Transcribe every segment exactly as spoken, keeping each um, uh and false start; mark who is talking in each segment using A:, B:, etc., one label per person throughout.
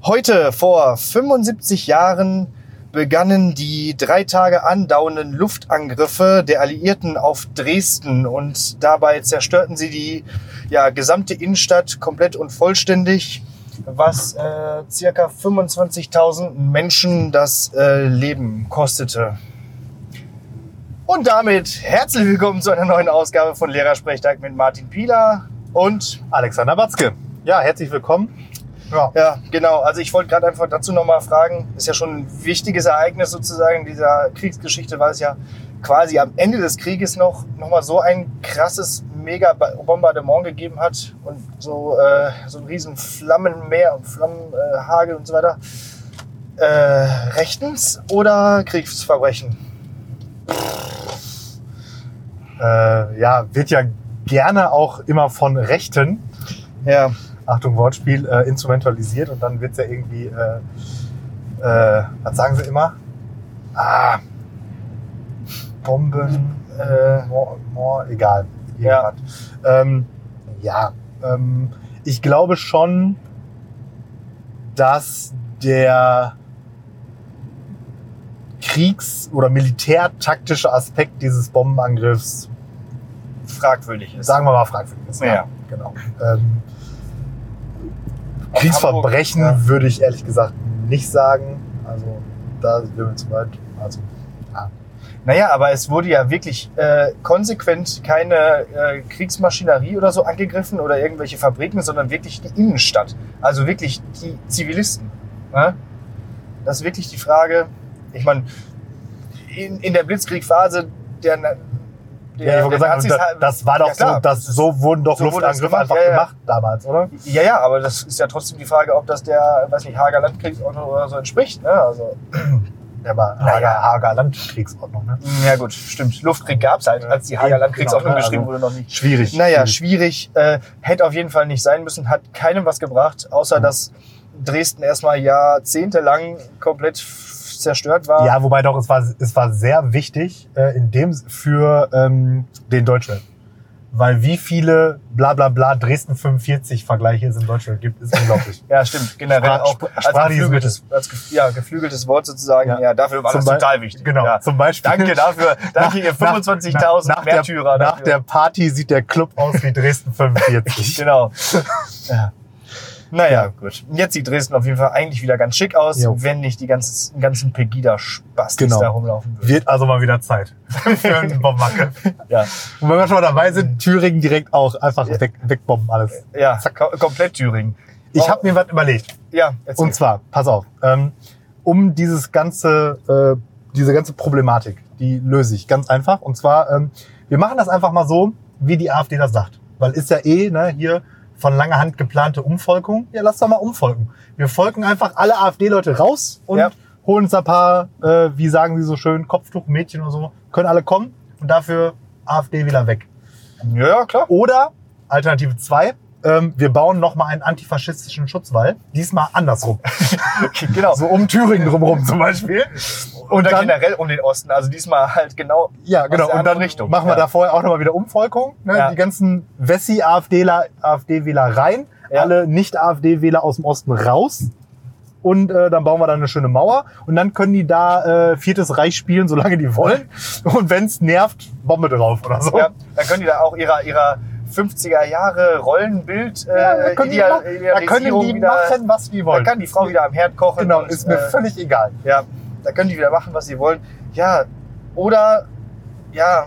A: Heute, vor fünfundsiebzig Jahren, begannen die drei Tage andauernden Luftangriffe der Alliierten auf Dresden und dabei zerstörten sie die ja, gesamte Innenstadt komplett und vollständig, was äh, circa fünfundzwanzigtausend Menschen das äh, Leben kostete. Und damit herzlich willkommen zu einer neuen Ausgabe von Lehrersprechtag mit Martin Pieler und
B: Alexander Batzke. Ja, herzlich willkommen.
A: Ja, ja genau. Also ich wollte gerade einfach dazu nochmal fragen, ist ja schon ein wichtiges Ereignis sozusagen dieser Kriegsgeschichte, weil es ja quasi am Ende des Krieges noch, noch mal so ein krasses Mega-Bombardement gegeben hat und so, äh, so ein riesen Flammenmeer und Flammenhagel und so weiter. Äh, rechtens oder Kriegsverbrechen?
B: Äh, ja, wird ja gerne auch immer von Rechten,
A: ja.
B: Achtung Wortspiel, äh, instrumentalisiert und dann wird es ja irgendwie, äh, äh, was sagen sie immer? Ah, Bomben, äh, more, more, egal.
A: Ja,
B: ähm, ja ähm, ich glaube schon, dass der Kriegs- oder militärtaktische Aspekt dieses Bombenangriffs
A: fragwürdig ist.
B: Sagen wir mal fragwürdig ist.
A: Ja,
B: ja. Genau. Ähm, Kriegsverbrechen Hamburg, ja. würde ich ehrlich gesagt nicht sagen. Also da sind wir zu weit. Also, ja.
A: Naja, aber es wurde ja wirklich äh, konsequent keine äh, Kriegsmaschinerie oder so angegriffen oder irgendwelche Fabriken, sondern wirklich die Innenstadt. Also wirklich die Zivilisten. Ne? Das ist wirklich die Frage. Ich meine, in, in der Blitzkriegphase der, der,
B: ja, ich der gesagt, Nazis, das, das war doch ja, klar, so, dass so wurden doch so Luftangriffe einfach ja, ja. gemacht damals, oder?
A: Ja, ja, aber das ist ja trotzdem die Frage, ob das der, weiß nicht, Haager Landkriegsordnung oder so entspricht. Ne? Also,
B: der war Hager, Hager Landkriegsordnung. Ne?
A: Ja gut, stimmt. Luftkrieg gab's halt, als die Hager Landkriegsordnung genau, geschrieben also wurde, noch nicht.
B: Schwierig.
A: Naja, schwierig. schwierig äh, hätte auf jeden Fall nicht sein müssen, hat keinem was gebracht, außer mhm. dass Dresden erstmal jahrzehntelang komplett zerstört war.
B: Ja, wobei doch, es war, es war sehr wichtig äh, in dem für ähm, den Deutschland. Weil wie viele bla bla bla Dresden fünfundvierzig Vergleiche es in Deutschland gibt, ist unglaublich.
A: Ja, stimmt. Generell
B: Sprach,
A: auch als geflügeltes, als, ja, geflügeltes Wort sozusagen. Ja, ja dafür war das total wichtig.
B: Genau,
A: ja.
B: zum Beispiel.
A: Danke dafür. Danke ihr fünfundzwanzigtausend Märtyrer.
B: Der, nach der Party sieht der Club aus wie Dresden fünfundvierzig.
A: Genau. Ja. Naja, gut. Jetzt sieht Dresden auf jeden Fall eigentlich wieder ganz schick aus, jo. wenn nicht die ganzen, ganzen Pegida-Spastis
B: genau.
A: da rumlaufen würden.
B: Wird also mal wieder Zeit für einen Bombenangriff.
A: Ja.
B: Und wenn wir schon mal dabei sind, Thüringen direkt auch einfach weg, wegbomben alles.
A: Ja, kom- komplett Thüringen.
B: Ich
A: oh.
B: habe mir was überlegt.
A: Ja, erzähl.
B: Und zwar, pass auf, ähm, um dieses ganze, äh, diese ganze Problematik, die löse ich ganz einfach. Und zwar, ähm, wir machen das einfach mal so, wie die AfD das sagt. Weil ist ja eh, ne, hier von langer Hand geplante Umvolkung. Ja, lass doch mal umvolken. Wir volken einfach alle AfD-Leute raus und ja. holen uns ein paar, äh, wie sagen sie so schön, Kopftuchmädchen oder so, können alle kommen und dafür AfD wieder weg.
A: Ja, klar.
B: Oder, Alternative zwei, ähm, wir bauen nochmal einen antifaschistischen Schutzwall. Diesmal andersrum.
A: Genau.
B: So um Thüringen drumherum zum Beispiel.
A: Und dann generell um den Osten. Also diesmal halt genau.
B: Ja, genau. Und dann
A: Richtung.
B: machen wir ja. da vorher auch nochmal wieder Umvolkung. Ne?
A: Ja.
B: Die ganzen Wessi-AfDler, AfD-Wähler rein. Ja. Alle Nicht-AfD-Wähler aus dem Osten raus. Und äh, dann bauen wir da eine schöne Mauer. Und dann können die da äh, Viertes Reich spielen, solange die wollen. Und wenn's nervt, Bombe drauf oder so.
A: Ja, dann können die da auch ihrer, ihrer fünfziger Jahre Rollenbild äh,
B: ja, da können
A: Ideal,
B: die, da können die
A: wieder,
B: machen, was die wollen.
A: Da kann die Frau wieder am Herd kochen.
B: Genau,
A: und,
B: ist mir
A: äh,
B: völlig egal.
A: Ja, da können die wieder machen, was sie wollen. Ja, oder, ja,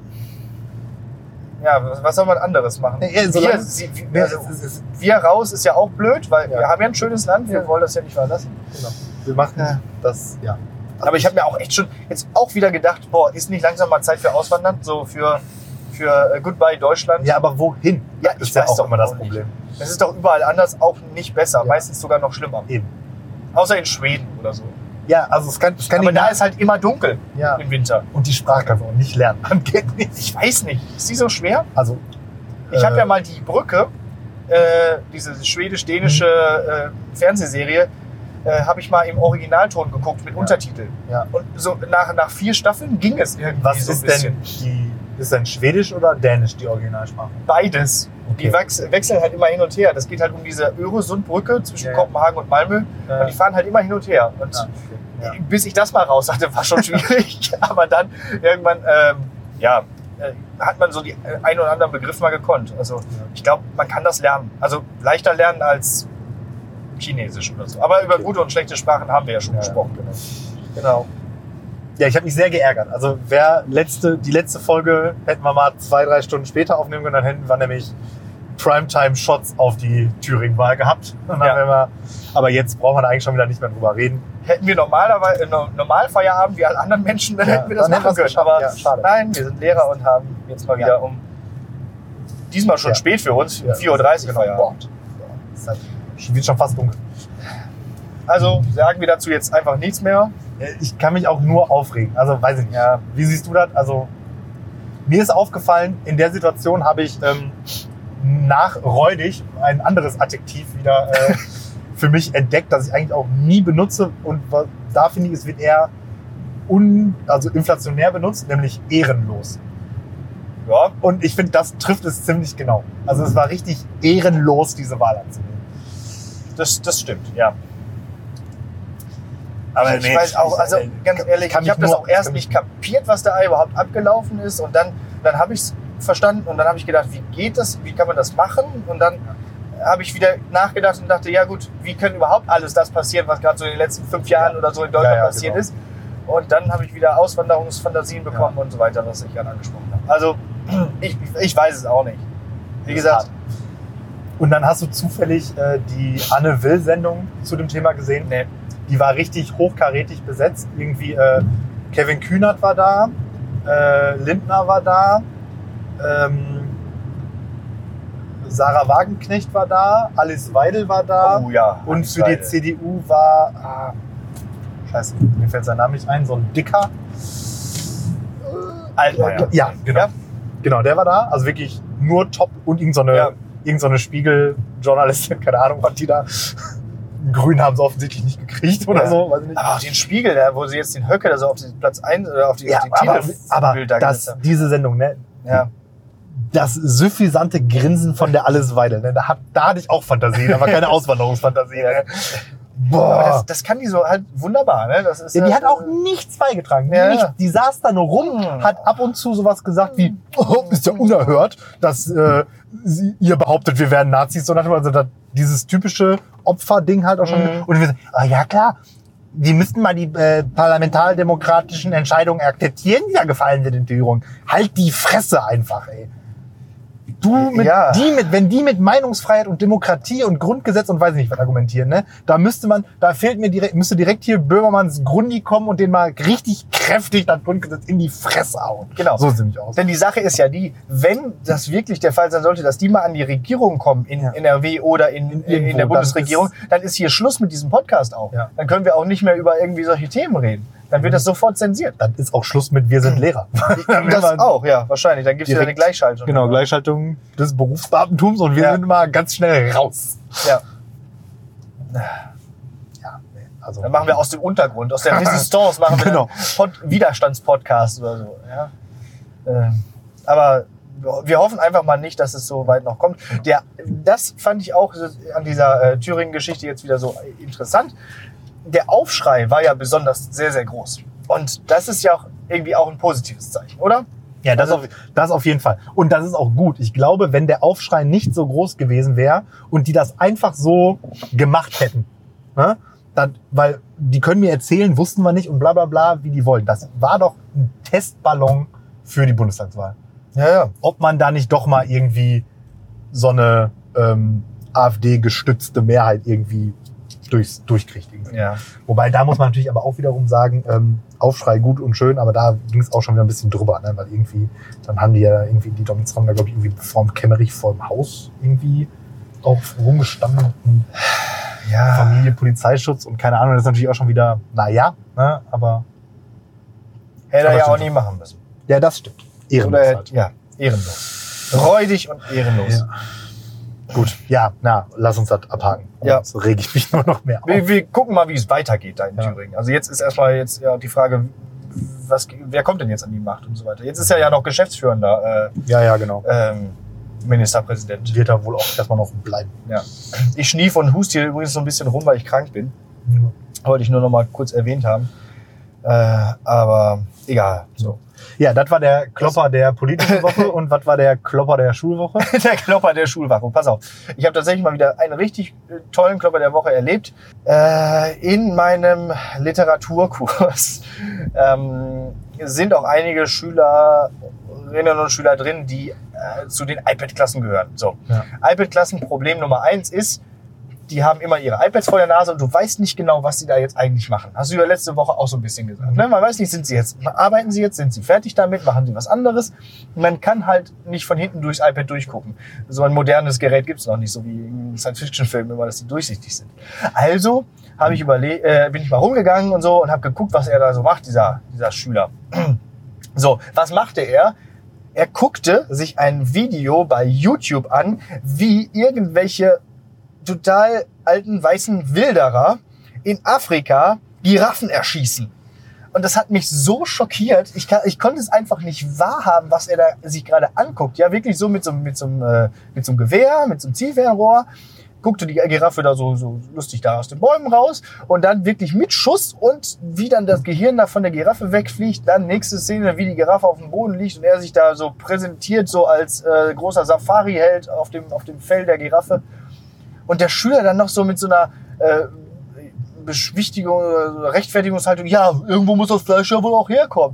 A: ja, was soll man anderes machen?
B: Ja,
A: wir, sie, wir, also, wir raus ist ja auch blöd, weil ja. wir haben ja ein schönes Land, wir ja. wollen das ja nicht verlassen.
B: Genau. Wir machen ja. das, ja.
A: Aber ich habe mir auch echt schon jetzt auch wieder gedacht, boah, ist nicht langsam mal Zeit für Auswandern, so für für uh, Goodbye Deutschland.
B: Ja, aber wohin?
A: Ja,
B: das
A: ich
B: ist ja
A: weiß
B: auch
A: doch
B: immer das
A: nicht.
B: Problem.
A: Es ist doch überall anders, auch nicht besser, ja. meistens sogar noch schlimmer.
B: Eben.
A: Außer in Schweden oder so.
B: Ja, also es kann, es kann
A: aber da ist halt immer dunkel
B: ja.
A: im Winter.
B: Und die Sprache kannst du auch nicht lernen.
A: Geht nicht. Ich weiß nicht. Ist die so schwer?
B: Also
A: ich äh, habe ja mal die Brücke, äh, diese schwedisch-dänische äh, Fernsehserie, äh, habe ich mal im Originalton geguckt mit
B: ja.
A: Untertiteln.
B: Ja.
A: Und so nach, nach vier Staffeln ging es irgendwie
B: Was
A: so ein
B: ist
A: bisschen.
B: denn die Ist denn Schwedisch oder Dänisch die Originalsprache?
A: Beides.
B: Okay.
A: Die wechseln, wechseln halt immer hin und her. Das geht halt um diese Öresundbrücke zwischen
B: Ja, ja.
A: Kopenhagen und Malmö.
B: Ja.
A: Und die fahren halt immer hin und her. Und
B: Ja, okay. Ja.
A: bis ich das mal raus hatte, war schon schwierig. Aber dann irgendwann, ähm, ja, äh, hat man so die ein oder anderen Begriff mal gekonnt. Also ich glaube, man kann das lernen. Also leichter lernen als Chinesisch oder so. Aber über
B: Okay.
A: gute und schlechte Sprachen haben wir ja schon
B: Ja,
A: gesprochen.
B: genau.
A: Genau.
B: Ja, ich habe mich sehr geärgert. Also wer letzte, die letzte Folge hätten wir mal zwei, drei Stunden später aufnehmen können, dann hätten wir nämlich Primetime-Shots auf die Thüringen-Wahl gehabt. Und dann
A: Ja.
B: wären wir, aber jetzt brauchen wir da eigentlich schon wieder nicht mehr drüber reden.
A: Hätten wir normalerweise, äh, normal Feierabend wie alle anderen Menschen, dann
B: Ja,
A: hätten wir das
B: dann hätten
A: machen
B: wir es
A: können.
B: geschafft.
A: Aber
B: Ja, schade.
A: nein, wir sind Lehrer und haben jetzt mal wieder
B: Ja.
A: um, diesmal schon
B: Ja.
A: spät für uns,
B: Ja,
A: vier Uhr dreißig
B: genau.
A: Feierabend.
B: Es halt, wird schon fast dunkel.
A: Also sagen wir dazu jetzt einfach nichts mehr.
B: Ich kann mich auch nur aufregen. Also weiß ich nicht.
A: Ja.
B: Wie siehst du das? Also mir ist aufgefallen, in der Situation habe ich ähm, nachräudig ein anderes Adjektiv wieder äh, für mich entdeckt, das ich eigentlich auch nie benutze. Und wa- da finde ich, es wird eher un, also inflationär benutzt, nämlich ehrenlos.
A: Ja,
B: Und ich finde, das trifft es ziemlich genau. Also es war richtig ehrenlos, diese Wahl anzunehmen.
A: das, das stimmt, ja.
B: Aber
A: ich weiß auch, also ganz ehrlich,
B: kann
A: ich habe
B: mich
A: das
B: nur-
A: auch erst
B: kann mich-
A: nicht kapiert, was da überhaupt abgelaufen ist. Und dann, dann habe ich es verstanden und dann habe ich gedacht, wie geht das, wie kann man das machen? Und dann habe ich wieder nachgedacht und dachte, ja gut, wie können überhaupt alles das passieren, was gerade so in den letzten fünf Jahren oder so in Deutschland
B: Ja, ja,
A: passiert
B: genau.
A: ist. Und dann habe ich wieder Auswanderungsfantasien bekommen und so weiter, was ich gerade angesprochen habe. Also ich, ich weiß es auch nicht. Wie
B: Das ist
A: gesagt,
B: hart. Und dann hast du zufällig äh, die Anne Will-Sendung zu dem Thema gesehen.
A: nee.
B: Die war richtig hochkarätig besetzt. Irgendwie äh, Kevin Kühnert war da, äh, Lindner war da, ähm, Sarah Wagenknecht war da, Alice Weidel war da
A: Oh ja.
B: und für die C D U war, ah, scheiße, mir fällt sein Name nicht ein, so ein Dicker.
A: Altmaier.
B: Ja, genau.
A: Ja?
B: Genau, der war da. Also wirklich nur top und irgend so eine,
A: Ja.
B: irgend so eine Spiegel-Journalistin, keine Ahnung, was die da. Grün haben sie offensichtlich nicht gekriegt oder
A: Ja.
B: so, weiß ich nicht.
A: Aber auch den Spiegel, da, wo sie jetzt den Höcke da so auf den Platz eins oder auf die,
B: Ja,
A: auf die
B: aber,
A: Titelbild
B: aber
A: da
B: das,
A: gesetzt haben.
B: diese Sendung, ne?
A: Ja.
B: Das suffisante Grinsen von der Alice Weidel, ne? Da, hat, da hatte ich auch Fantasien, aber keine Auswanderungsfantasien. Ne?
A: Aber
B: Boah.
A: das, das kann die so halt wunderbar, ne? Das ist
B: Ja, die
A: ja,
B: hat auch nichts beigetragen.
A: Ja,
B: Nicht.
A: ja.
B: Die saß da nur rum,
A: Hm.
B: hat ab und zu sowas gesagt wie, oh, ist ja unerhört, dass äh, sie, ihr behauptet, wir wären Nazis. So nach dem- also das, dieses typische Opferding halt auch schon.
A: Mhm.
B: Und wir sagen, ah, ja klar, die müssten mal die äh, parlamentardemokratischen Entscheidungen akzeptieren, die da gefallen sind in Thüringen. Halt die Fresse einfach, ey. Du mit,
A: Ja.
B: die mit, wenn die mit Meinungsfreiheit und Demokratie und Grundgesetz und weiß ich nicht was argumentieren, ne, da müsste man, da fehlt mir direkt, müsste direkt hier Böhmermanns Grundi kommen und den mal richtig kräftig das Grundgesetz in die Fresse hauen.
A: Genau.
B: So sieht mich aus.
A: Denn die Sache ist ja die, wenn das wirklich der Fall sein sollte, dass die mal an die Regierung kommen, in
B: Ja.
A: N R W oder in, in,
B: Irgendwo,
A: in der
B: dann
A: Bundesregierung,
B: ist-
A: dann ist hier Schluss mit diesem Podcast auch.
B: Ja.
A: Dann können wir auch nicht mehr über irgendwie solche Themen reden. Dann wird das sofort zensiert.
B: Dann ist auch Schluss mit Wir sind Lehrer.
A: Das auch, ja, wahrscheinlich. Dann gibt es wieder eine
B: Direkt-
A: Gleichschaltung.
B: Genau, Gleichschaltung des Berufsbeamtentums und wir
A: Ja.
B: sind mal ganz schnell raus.
A: Ja.
B: Ja, nee, also.
A: Dann machen wir aus dem Untergrund, aus der Resistance, machen wir
B: Genau.
A: einen Pod Widerstandspodcast oder so. Ja. Ähm, aber wir hoffen einfach mal nicht, dass es so weit noch kommt. Der, das fand ich auch an dieser äh, Thüringen-Geschichte jetzt wieder so interessant. Der Aufschrei war ja besonders sehr, sehr groß. Und das ist ja auch irgendwie auch ein positives Zeichen, oder?
B: Ja, das,
A: Also-
B: auf, das auf jeden Fall. Und das ist auch gut. Ich glaube, wenn der Aufschrei nicht so groß gewesen wäre und die das einfach so gemacht hätten, ne, dann, weil die können mir erzählen, wussten wir nicht und bla bla bla, wie die wollen. Das war doch ein Testballon für die Bundestagswahl.
A: Ja, ja.
B: Ob man da nicht doch mal irgendwie so eine ähm, AfD-gestützte Mehrheit irgendwie durchs, durchkriegt. Irgendwie.
A: Ja.
B: Wobei, da muss man natürlich aber auch wiederum sagen, ähm, Aufschrei gut und schön, aber da ging es auch schon wieder ein bisschen drüber, ne? Weil irgendwie, dann haben die ja irgendwie, die Demonstranten da, glaube ich, irgendwie vorm Kemmerich, vorm Haus irgendwie auch rumgestanden und
A: Ja.
B: Familie, Polizeischutz und keine Ahnung, das ist natürlich auch schon wieder, naja, ne? Aber
A: Hätte er
B: Aber
A: ja auch
B: stimmt.
A: nie machen müssen.
B: ja, das stimmt. Ehrenlos
A: Oder,
B: halt.
A: ja, ehrenlos. Räudig und ehrenlos.
B: Ja. Gut, ja, na, lass uns das abhaken.
A: Ja.
B: Sonst rege ich mich nur noch mehr auf.
A: Wir, wir gucken mal, wie es weitergeht da in
B: Ja.
A: Thüringen. Also jetzt ist erstmal jetzt ja die Frage, was, wer kommt denn jetzt an die Macht und so weiter. Jetzt ist er ja noch geschäftsführender äh,
B: Ja, ja, genau.
A: ähm, Ministerpräsident.
B: Wird er wohl auch erstmal noch bleiben.
A: Ja. Ich schnief und huste hier übrigens so ein bisschen rum, weil ich krank bin.
B: Ja.
A: Wollte ich nur noch mal kurz erwähnt haben. Äh, aber egal. So.
B: Ja, das war der Klopper der politischen Woche. Und was war der Klopper der Schulwoche?
A: Der Klopper der Schulwoche. Pass auf. Ich habe tatsächlich mal wieder einen richtig tollen Klopper der Woche erlebt. Äh, in meinem Literaturkurs ähm, sind auch einige Schülerinnen und Schüler drin, die äh, zu den iPad-Klassen gehören. So.
B: Ja.
A: iPad-Klassen, Problem Nummer eins ist, die haben immer ihre iPads vor der Nase und du weißt nicht genau, was sie da jetzt eigentlich machen. Hast du ja letzte Woche auch so ein bisschen gesagt. Ne? Man weiß nicht, sind sie jetzt, arbeiten sie jetzt, sind sie fertig damit, machen sie was anderes? Man kann halt nicht von hinten durchs iPad durchgucken. So ein modernes Gerät gibt's noch nicht, so wie in Science-Fiction-Filmen immer, dass die durchsichtig sind. Also habe ich überle- äh, bin ich mal rumgegangen und so und habe geguckt, was er da so macht, dieser, dieser Schüler. So, was machte er? Er guckte sich ein Video bei YouTube an, wie irgendwelche total alten weißen Wilderer in Afrika Giraffen erschießen. Und das hat mich so schockiert. Ich, kann, ich konnte es einfach nicht wahrhaben, was er da sich gerade anguckt. Ja, wirklich so mit so, mit so, einem, äh, mit so einem Gewehr, mit so einem Zielfernrohr. Guckte die Giraffe da so, so lustig da aus den Bäumen raus und dann wirklich mit Schuss und wie dann das Gehirn da von der Giraffe wegfliegt. Dann nächste Szene, wie die Giraffe auf dem Boden liegt und er sich da so präsentiert, so als äh, großer Safari-Held auf dem, auf dem Fell der Giraffe. Und der Schüler dann noch so mit so einer äh, Beschwichtigung, äh, Rechtfertigungshaltung, ja, irgendwo muss das Fleisch ja wohl auch herkommen.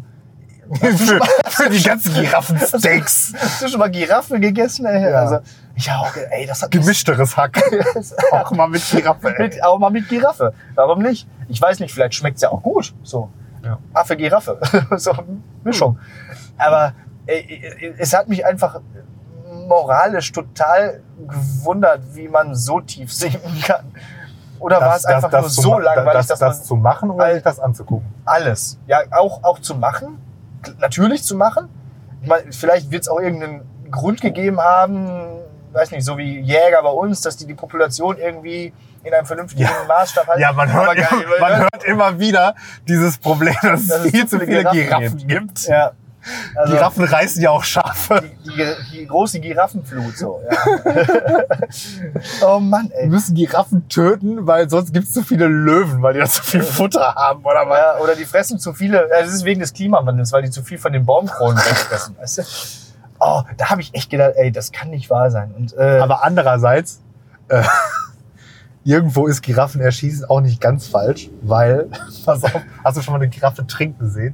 B: für, für die ganzen Giraffensteaks.
A: Hast du schon mal Giraffe gegessen? Ey?
B: Ja.
A: Also, ja, auch, ey, das hat
B: Gemischteres Hack. Auch mal mit Giraffe. Ey.
A: mit, auch mal mit Giraffe. Warum nicht? Ich weiß nicht, vielleicht schmeckt's ja auch gut. So.
B: Ja.
A: Affe, Giraffe. So Mischung. Aber ey, es hat mich einfach moralisch total gewundert, wie man so tief sinken kann. Oder war es einfach
B: das,
A: nur
B: das
A: so
B: ma-
A: langweilig,
B: das,
A: dass
B: das
A: man
B: zu machen oder
A: all-
B: sich das anzugucken?
A: alles, ja, auch, auch zu machen, natürlich zu machen. Ich meine, vielleicht wird es auch irgendeinen Grund gegeben haben, weiß nicht, so wie Jäger bei uns, dass die die Population irgendwie in einem vernünftigen
B: Ja.
A: Maßstab halten.
B: Ja, man hört,
A: Aber geil,
B: immer,
A: weil-
B: man hört immer wieder dieses Problem, dass
A: Dass
B: es viel zu viele Giraffen,
A: gibt.
B: gibt.
A: Ja. Also,
B: Giraffen reißen ja auch Schafe.
A: Die, die, die große Giraffenflut, so, ja. Oh Mann,
B: Wir
A: ey.
B: müssen Giraffen töten, weil sonst gibt es zu viele Löwen, weil die da zu viel Futter haben, oder was?
A: Ja, oder die fressen zu viele, äh, das ist wegen des Klimawandels, weil die zu viel von den Baumkronen wegfressen, weißt du? Oh, da habe ich echt gedacht, ey, das kann nicht wahr sein. Und, äh,
B: Aber andererseits, äh, irgendwo ist Giraffen erschießen auch nicht ganz falsch, weil, pass auf, hast du schon mal eine Giraffe trinken sehen?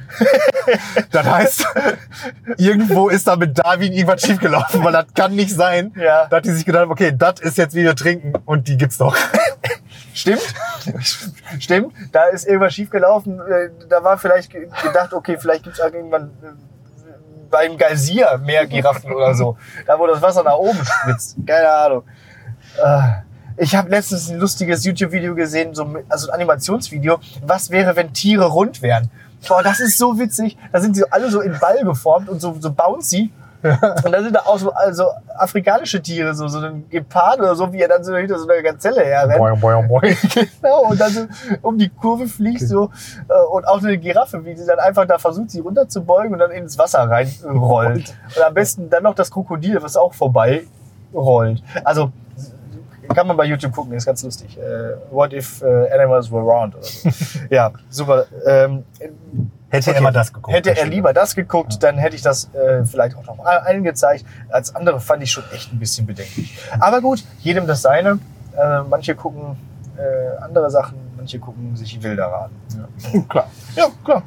B: Das heißt, irgendwo ist da mit Darwin irgendwas schiefgelaufen, weil das kann nicht sein,
A: Ja.
B: dass die sich gedacht haben, okay, das ist jetzt wieder trinken und die gibt's noch.
A: Stimmt, stimmt. Da ist irgendwas schiefgelaufen. Äh, Da war vielleicht ge- gedacht, okay, vielleicht gibt es irgendwann äh, beim Geysir mehr Giraffen oder so. Da, wo das Wasser nach oben spritzt. Keine Ahnung. Äh, Ich habe letztens ein lustiges YouTube-Video gesehen, so mit, also ein Animationsvideo. Was wäre, wenn Tiere rund wären? Boah, das ist so witzig. Da sind sie alle so in Ball geformt und so, so bouncy. Und da sind da auch so also afrikanische Tiere, so, so ein Gepard oder so, wie er dann so hinter so einer Gazelle herrennt.
B: Boing, boing, boing.
A: Genau, und dann so um die Kurve fliegt so äh, und auch eine Giraffe, wie sie dann einfach da versucht, sie runterzubeugen und dann ins Wasser reinrollt. Und am besten dann noch das Krokodil, was auch vorbei rollt. Also kann man bei YouTube gucken, ist ganz lustig. Äh, what if uh, animals were round oder so. Ja, super. Ähm,
B: Hätte
A: okay.
B: er mal das geguckt.
A: Hätte
B: das
A: er
B: stimmt.
A: lieber das geguckt, dann hätte ich das äh, vielleicht auch noch mal allen gezeigt. Als andere fand ich schon echt ein bisschen bedenklich. Aber gut, jedem das seine. Äh, manche gucken äh, andere Sachen, manche gucken sich Wilderer an. Ja.
B: Klar.
A: Ja, klar.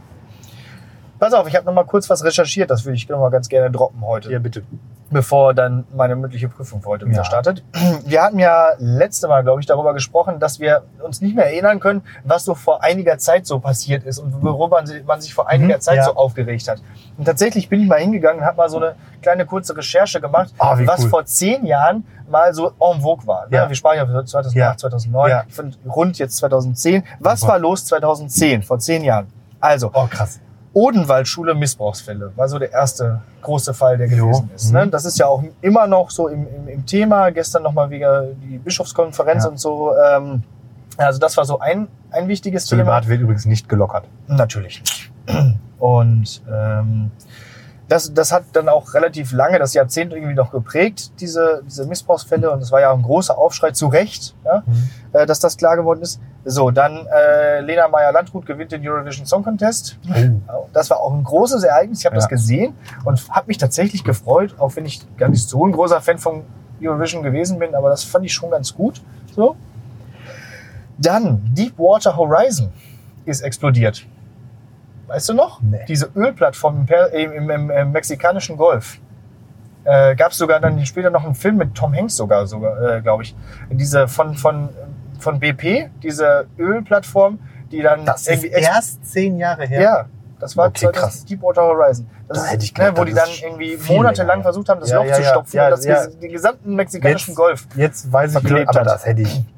A: Pass auf, ich habe noch mal kurz was recherchiert, das würde ich noch mal ganz gerne droppen heute,
B: Ja, bitte.
A: bevor dann meine mündliche Prüfung für heute wieder
B: Ja.
A: startet. Wir hatten ja letzte Mal, glaube ich, darüber gesprochen, dass wir uns nicht mehr erinnern können, was so vor einiger Zeit so passiert ist und worüber man sich vor einiger
B: Mhm,
A: Zeit
B: ja.
A: so aufgeregt hat. Und tatsächlich bin ich mal hingegangen und habe mal so eine kleine kurze Recherche gemacht,
B: Ah, wie
A: was
B: cool.
A: vor zehn Jahren mal so en vogue war.
B: Ja.
A: Ja. Wir sprachen ja von zweitausendacht,
B: Ja.
A: zweitausendneun,
B: Ja.
A: ich finde rund jetzt zweitausendzehn. Was
B: Super.
A: war los zweitausendzehn, vor zehn Jahren? Also,
B: Oh, krass.
A: Odenwaldschule Missbrauchsfälle war so der erste große Fall, der
B: Jo.
A: gewesen ist.
B: Mhm.
A: Ne? Das ist ja auch immer noch so im, im, im Thema. Gestern nochmal wieder die Bischofskonferenz
B: Ja.
A: und so. Ähm, also das war so ein, ein wichtiges Thema.
B: Zölibat wird übrigens nicht gelockert.
A: Natürlich nicht. Und ähm, das, das hat dann auch relativ lange, das Jahrzehnt irgendwie noch geprägt, diese, diese Missbrauchsfälle. Und es war ja auch ein großer Aufschrei, zu Recht, ja,
B: Mhm.
A: äh, dass das klar geworden ist. So, dann äh, Lena Meyer-Landrut gewinnt den Eurovision Song Contest.
B: Oh.
A: Das war auch ein großes Ereignis. Ich habe
B: Ja.
A: das gesehen und habe mich tatsächlich gefreut, auch wenn ich gar nicht so ein großer Fan von Eurovision gewesen bin, aber das fand ich schon ganz gut. So. Dann Deepwater Horizon ist explodiert. Weißt du noch?
B: Nee.
A: Diese Ölplattform im, Per- im, im, im, im mexikanischen Golf. Äh, Gab es sogar dann später noch einen Film mit Tom Hanks sogar, sogar äh, glaube ich. Diese von, von, von B P, diese Ölplattform, die dann
B: Das ist
A: irgendwie ex-
B: erst zehn Jahre her.
A: ja, das war
B: Okay,
A: zweitausend
B: krass.
A: Deepwater Horizon. Das
B: Da
A: ist,
B: hätte ich
A: ne,
B: gedacht,
A: wo
B: das
A: die dann
B: ist
A: irgendwie
B: viel
A: monatelang
B: länger.
A: versucht haben, das
B: Ja,
A: Loch
B: ja,
A: zu
B: ja.
A: stopfen
B: Ja,
A: und das,
B: ja.
A: den gesamten mexikanischen
B: Jetzt-
A: Golf.
B: Jetzt weiß ich,
A: Verklebt
B: aber
A: hat.
B: das hätte ich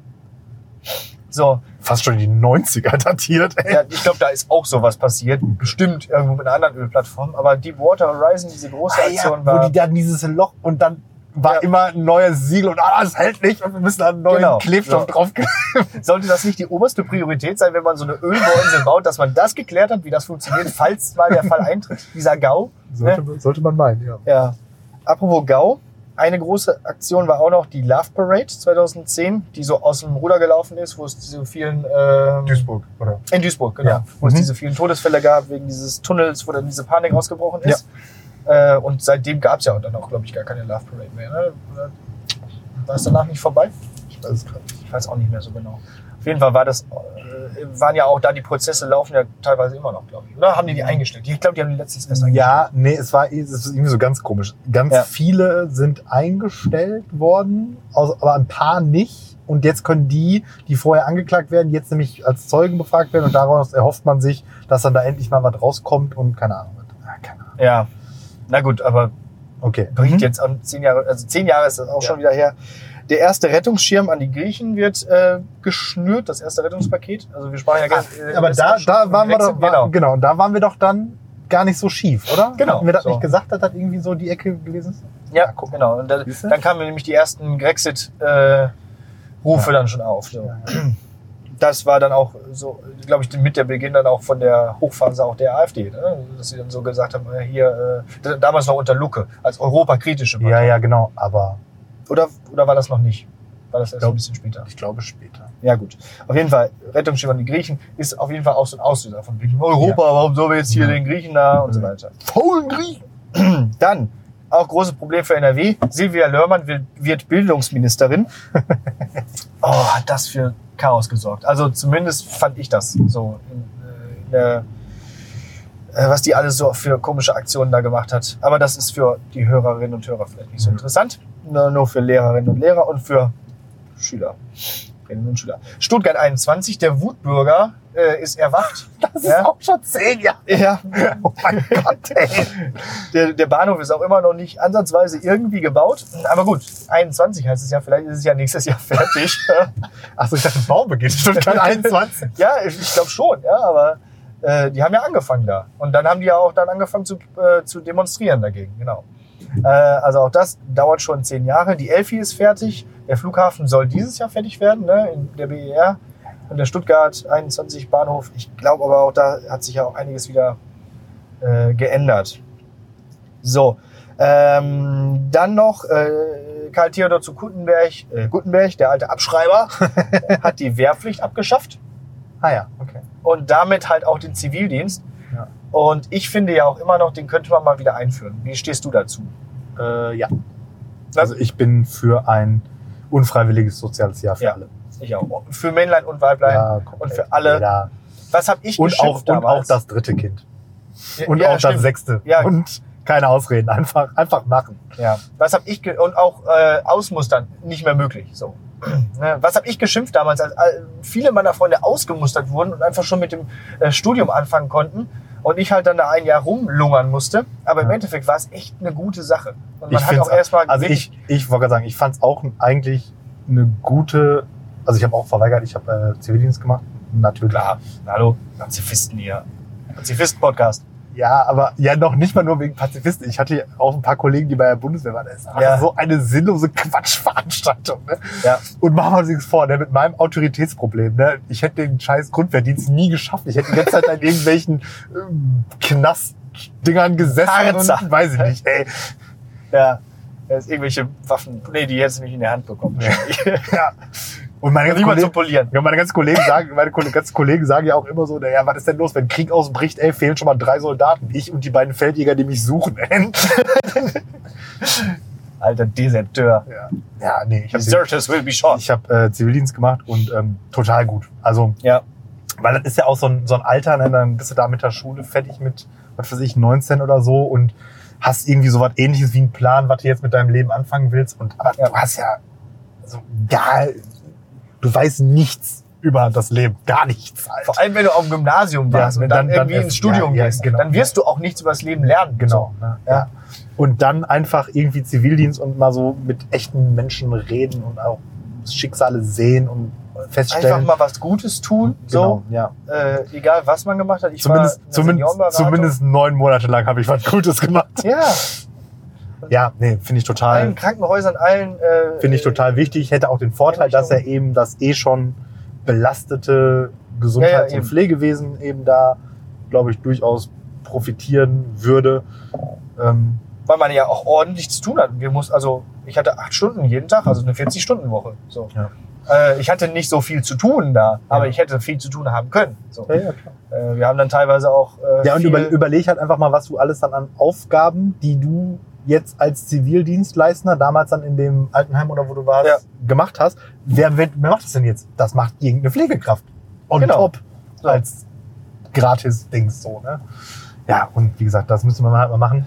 A: So,
B: fast schon in die neunziger datiert. Ey.
A: ja, ich glaube, da ist auch sowas passiert. Bestimmt irgendwo mit einer anderen Ölplattform. Aber Deepwater Horizon, diese große
B: Ah,
A: Aktion
B: ja,
A: war...
B: wo die dann dieses Loch und dann war
A: Ja.
B: immer ein neues Siegel und ah, das hält nicht und wir müssen da einen neuen
A: Genau.
B: Klebstoff
A: So.
B: drauf.
A: Sollte das nicht die oberste Priorität sein, wenn man so eine Ölbohrinsel baut, dass man das geklärt hat, wie das funktioniert, falls mal der Fall eintritt, dieser GAU?
B: Sollte,
A: Ne?
B: sollte man meinen, ja.
A: Ja. Apropos GAU, eine große Aktion war auch noch die Love Parade zweitausendzehn, die so aus dem Ruder gelaufen ist, wo es diese vielen... Ähm,
B: Duisburg, oder?
A: In Duisburg, genau.
B: Ja.
A: Wo es
B: Mhm.
A: diese vielen Todesfälle gab, wegen dieses Tunnels, wo dann diese Panik ausgebrochen ist. Äh, und seitdem gab es ja dann auch, glaube ich, gar keine Love Parade mehr. Ne? Oder war es danach nicht vorbei?
B: Ich weiß es gerade.
A: Ich weiß auch nicht mehr so genau. Auf jeden Fall war das, äh, waren ja auch da, die Prozesse laufen ja teilweise immer noch, glaube ich. Oder haben die die eingestellt? Ich glaube, die haben die letztens erst eingestellt.
B: Ja, nee, es war es ist irgendwie so ganz komisch. Ganz
A: Ja.
B: viele sind eingestellt worden, aus- aber ein paar nicht. Und jetzt können die, die vorher angeklagt werden, jetzt nämlich als Zeugen befragt werden. Und daraus erhofft man sich, dass dann da endlich mal was rauskommt und keine Ahnung. Ja, keine Ahnung.
A: Ja. Na gut, aber
B: Okay.
A: bringt
B: Mhm.
A: jetzt an zehn Jahre, also zehn Jahre ist das auch
B: Ja.
A: schon wieder her. Der erste Rettungsschirm an die Griechen wird äh, geschnürt, das erste Rettungspaket. Also wir sprachen ja
B: Ah,
A: gerne.
B: aber da, da waren wir doch,
A: genau.
B: war, genau, da waren wir doch dann gar nicht so schief, oder?
A: Genau,
B: Hatten wir das
A: so.
B: nicht gesagt, dass das irgendwie so die Ecke gewesen ist?
A: Ja,
B: Ja, guck.
A: genau. Und da,
B: Siehst du?
A: dann kamen nämlich die ersten Grexit-Rufe
B: Ja.
A: dann schon auf. So.
B: Ja,
A: Das war dann auch so, glaube ich, mit der Beginn dann auch von der Hochphase auch der AfD, ne? Dass sie dann so gesagt haben, äh, hier, äh, damals noch unter Lucke, als europakritische Partei.
B: ja, ja, genau. Aber
A: Oder, oder war das noch nicht? War das erst
B: glaub-
A: ein bisschen später?
B: ich glaube später.
A: Ja gut. Auf jeden Fall, Rettungsschirm an die Griechen ist auf jeden Fall auch so ein Auslöser von wegen Europa, warum sollen wir jetzt hier
B: Ja.
A: den Griechen da und so
B: Ja.
A: weiter.
B: Faulen Griechen!
A: Dann, auch großes Problem für N R W, Silvia Lörmann wird, wird Bildungsministerin. Oh, hat das für Chaos gesorgt. Also zumindest fand ich das so, in, äh, in der, äh, was die alles so für komische Aktionen da gemacht hat. Aber das ist für die Hörerinnen und Hörer vielleicht nicht so
B: Mhm.
A: interessant. Nur, nur für Lehrerinnen und Lehrer und für Schülerinnen und Schüler. Stuttgart einundzwanzig, der Wutbürger äh, ist erwacht.
B: Das ist
A: Ja.
B: auch schon zehn Jahre.
A: Ja,
B: Oh mein Gott, ey.
A: der, der Bahnhof ist auch immer noch nicht ansatzweise irgendwie gebaut. Aber gut, einundzwanzig heißt es ja, vielleicht ist es ja nächstes Jahr fertig.
B: Achso, ich dachte, Baubeginn. Stuttgart einundzwanzig.
A: Ja, ich, ich glaube schon, ja, aber äh, die haben ja angefangen da. Und dann haben die ja auch dann angefangen zu, äh, zu demonstrieren dagegen, genau. Äh, also auch das dauert schon zehn Jahre. Die Elfi ist fertig. Der Flughafen soll dieses Jahr fertig werden, ne, in der B E R. Und der Stuttgart einundzwanzig Bahnhof. Ich glaube aber auch, da hat sich ja auch einiges wieder äh, geändert. So, ähm, dann noch äh, Karl Theodor zu Gutenberg, äh, Gutenberg, der alte Abschreiber, hat die Wehrpflicht abgeschafft.
B: Ah ja, okay.
A: Und damit halt auch den Zivildienst.
B: Ja.
A: Und ich finde ja auch immer noch, den könnte man mal wieder einführen. Wie stehst du dazu?
B: Äh, ja. Also ich bin für ein unfreiwilliges soziales Jahr für
A: Ja.
B: alle.
A: Ich auch. Für Männlein und Weiblein.
B: Ja, komplett.
A: und für alle.
B: Jeder.
A: Was habe ich
B: Und
A: geschimpft
B: auch, und auch
A: damals?
B: das dritte Kind.
A: Ja,
B: Und
A: ja,
B: auch
A: stimmt.
B: das sechste.
A: Ja.
B: Und keine Ausreden. Einfach, einfach machen.
A: Ja. Was habe ich ge und auch äh, ausmustern nicht mehr möglich. So. Ne? Was habe ich geschimpft damals, als all- viele meiner Freunde ausgemustert wurden und einfach schon mit dem äh, Studium anfangen konnten und ich halt dann da ein Jahr rumlungern musste. Aber im
B: Ja.
A: Endeffekt war es echt eine gute Sache. Und man
B: Ich
A: hat
B: find's
A: auch erstmal
B: Also ich, ich wollte gerade sagen, ich fand es auch eigentlich eine gute, also ich habe auch verweigert, ich habe äh, Zivildienst gemacht, natürlich.
A: klar, hallo, Pazifisten hier. Pazifisten-Podcast.
B: Ja, aber ja noch nicht mal nur wegen Pazifisten. Ich hatte auch ein paar Kollegen, die bei der Bundeswehr waren. Das ist
A: Ja.
B: so eine sinnlose Quatschveranstaltung. Ne?
A: Ja.
B: Und machen wir uns nichts vor, ne? Mit meinem Autoritätsproblem. Ne? Ich hätte den scheiß Grundwehrdienst nie geschafft. Ich hätte die ganze Zeit an irgendwelchen ähm, Knastdingern gesessen
A: Harzer.
B: und weiß ich nicht. Ey.
A: Ja. Jetzt irgendwelche Waffen. Nee, die hättest du nicht in der Hand bekommen.
B: Ja. Und meine ganzen,
A: Niemand
B: Kollegen,
A: zum Polieren.
B: ja, meine ganzen Kollegen sagen, meine ganzen Kollegen sagen ja auch immer so, naja, was ist denn los, wenn Krieg ausbricht, ey, fehlen schon mal drei Soldaten. Ich und die beiden Feldjäger, die mich suchen.
A: Alter Deserteur.
B: Ja, ja nee, ich habe
A: Deserters will be shot.
B: ich hab, äh, Zivildienst gemacht und ähm, total gut. Also,
A: Ja.
B: weil das ist ja auch so ein, so ein Alter, ne? Dann bist du da mit der Schule fertig mit, was weiß ich, neunzehn oder so und hast irgendwie so was Ähnliches wie einen Plan, was du jetzt mit deinem Leben anfangen willst. Und aber
A: Ja.
B: du hast ja so gar, du weißt nichts über das Leben, gar nichts. Alter.
A: Vor allem, wenn du auf dem Gymnasium warst
B: Ja,
A: und dann,
B: dann- dann
A: irgendwie
B: erst-
A: ins Studium
B: ja, ja,
A: gehst,
B: genau.
A: dann wirst du auch nichts über das Leben lernen.
B: Genau.
A: So.
B: Ne?
A: Ja.
B: Ja. Und dann einfach irgendwie Zivildienst und mal so mit echten Menschen reden und auch Schicksale sehen und feststellen.
A: Einfach mal was Gutes tun.
B: Genau,
A: So.
B: ja.
A: Äh, egal, was man gemacht hat. Ich
B: Zumindest,
A: war in der
B: zumindest,
A: Seniorenberatung.
B: zumindest neun Monate lang habe ich was Gutes gemacht.
A: Ja.
B: Ja, nee, finde ich total,
A: Allen Krankenhäusern, allen. Äh,
B: finde ich total wichtig. Hätte auch den Vorteil, dass er eben das eh schon belastete Gesundheits-
A: Ja, ja,
B: und
A: eben.
B: Pflegewesen eben da, glaube ich, durchaus profitieren würde. Ähm,
A: Weil man ja auch ordentlich zu tun hat. Wir mussten, also ich hatte acht Stunden jeden Tag, also eine vierzig-Stunden-Woche. So.
B: Ja.
A: Äh, ich hatte nicht so viel zu tun da, aber
B: Ja.
A: ich hätte viel zu tun haben können. So.
B: ja, ja, klar.
A: Äh, wir haben dann teilweise auch. Äh,
B: Ja, und
A: viel,
B: über, überleg halt einfach mal, was du alles dann an Aufgaben, die du jetzt als Zivildienstleister, damals dann in dem Altenheim oder wo du warst,
A: Ja.
B: gemacht hast. Wer, wer, wer macht das denn jetzt? Das macht irgendeine Pflegekraft. On
A: Genau.
B: top.
A: So.
B: Als Gratis-Dings so, ne? Ja, und wie gesagt, das müssen wir halt mal machen.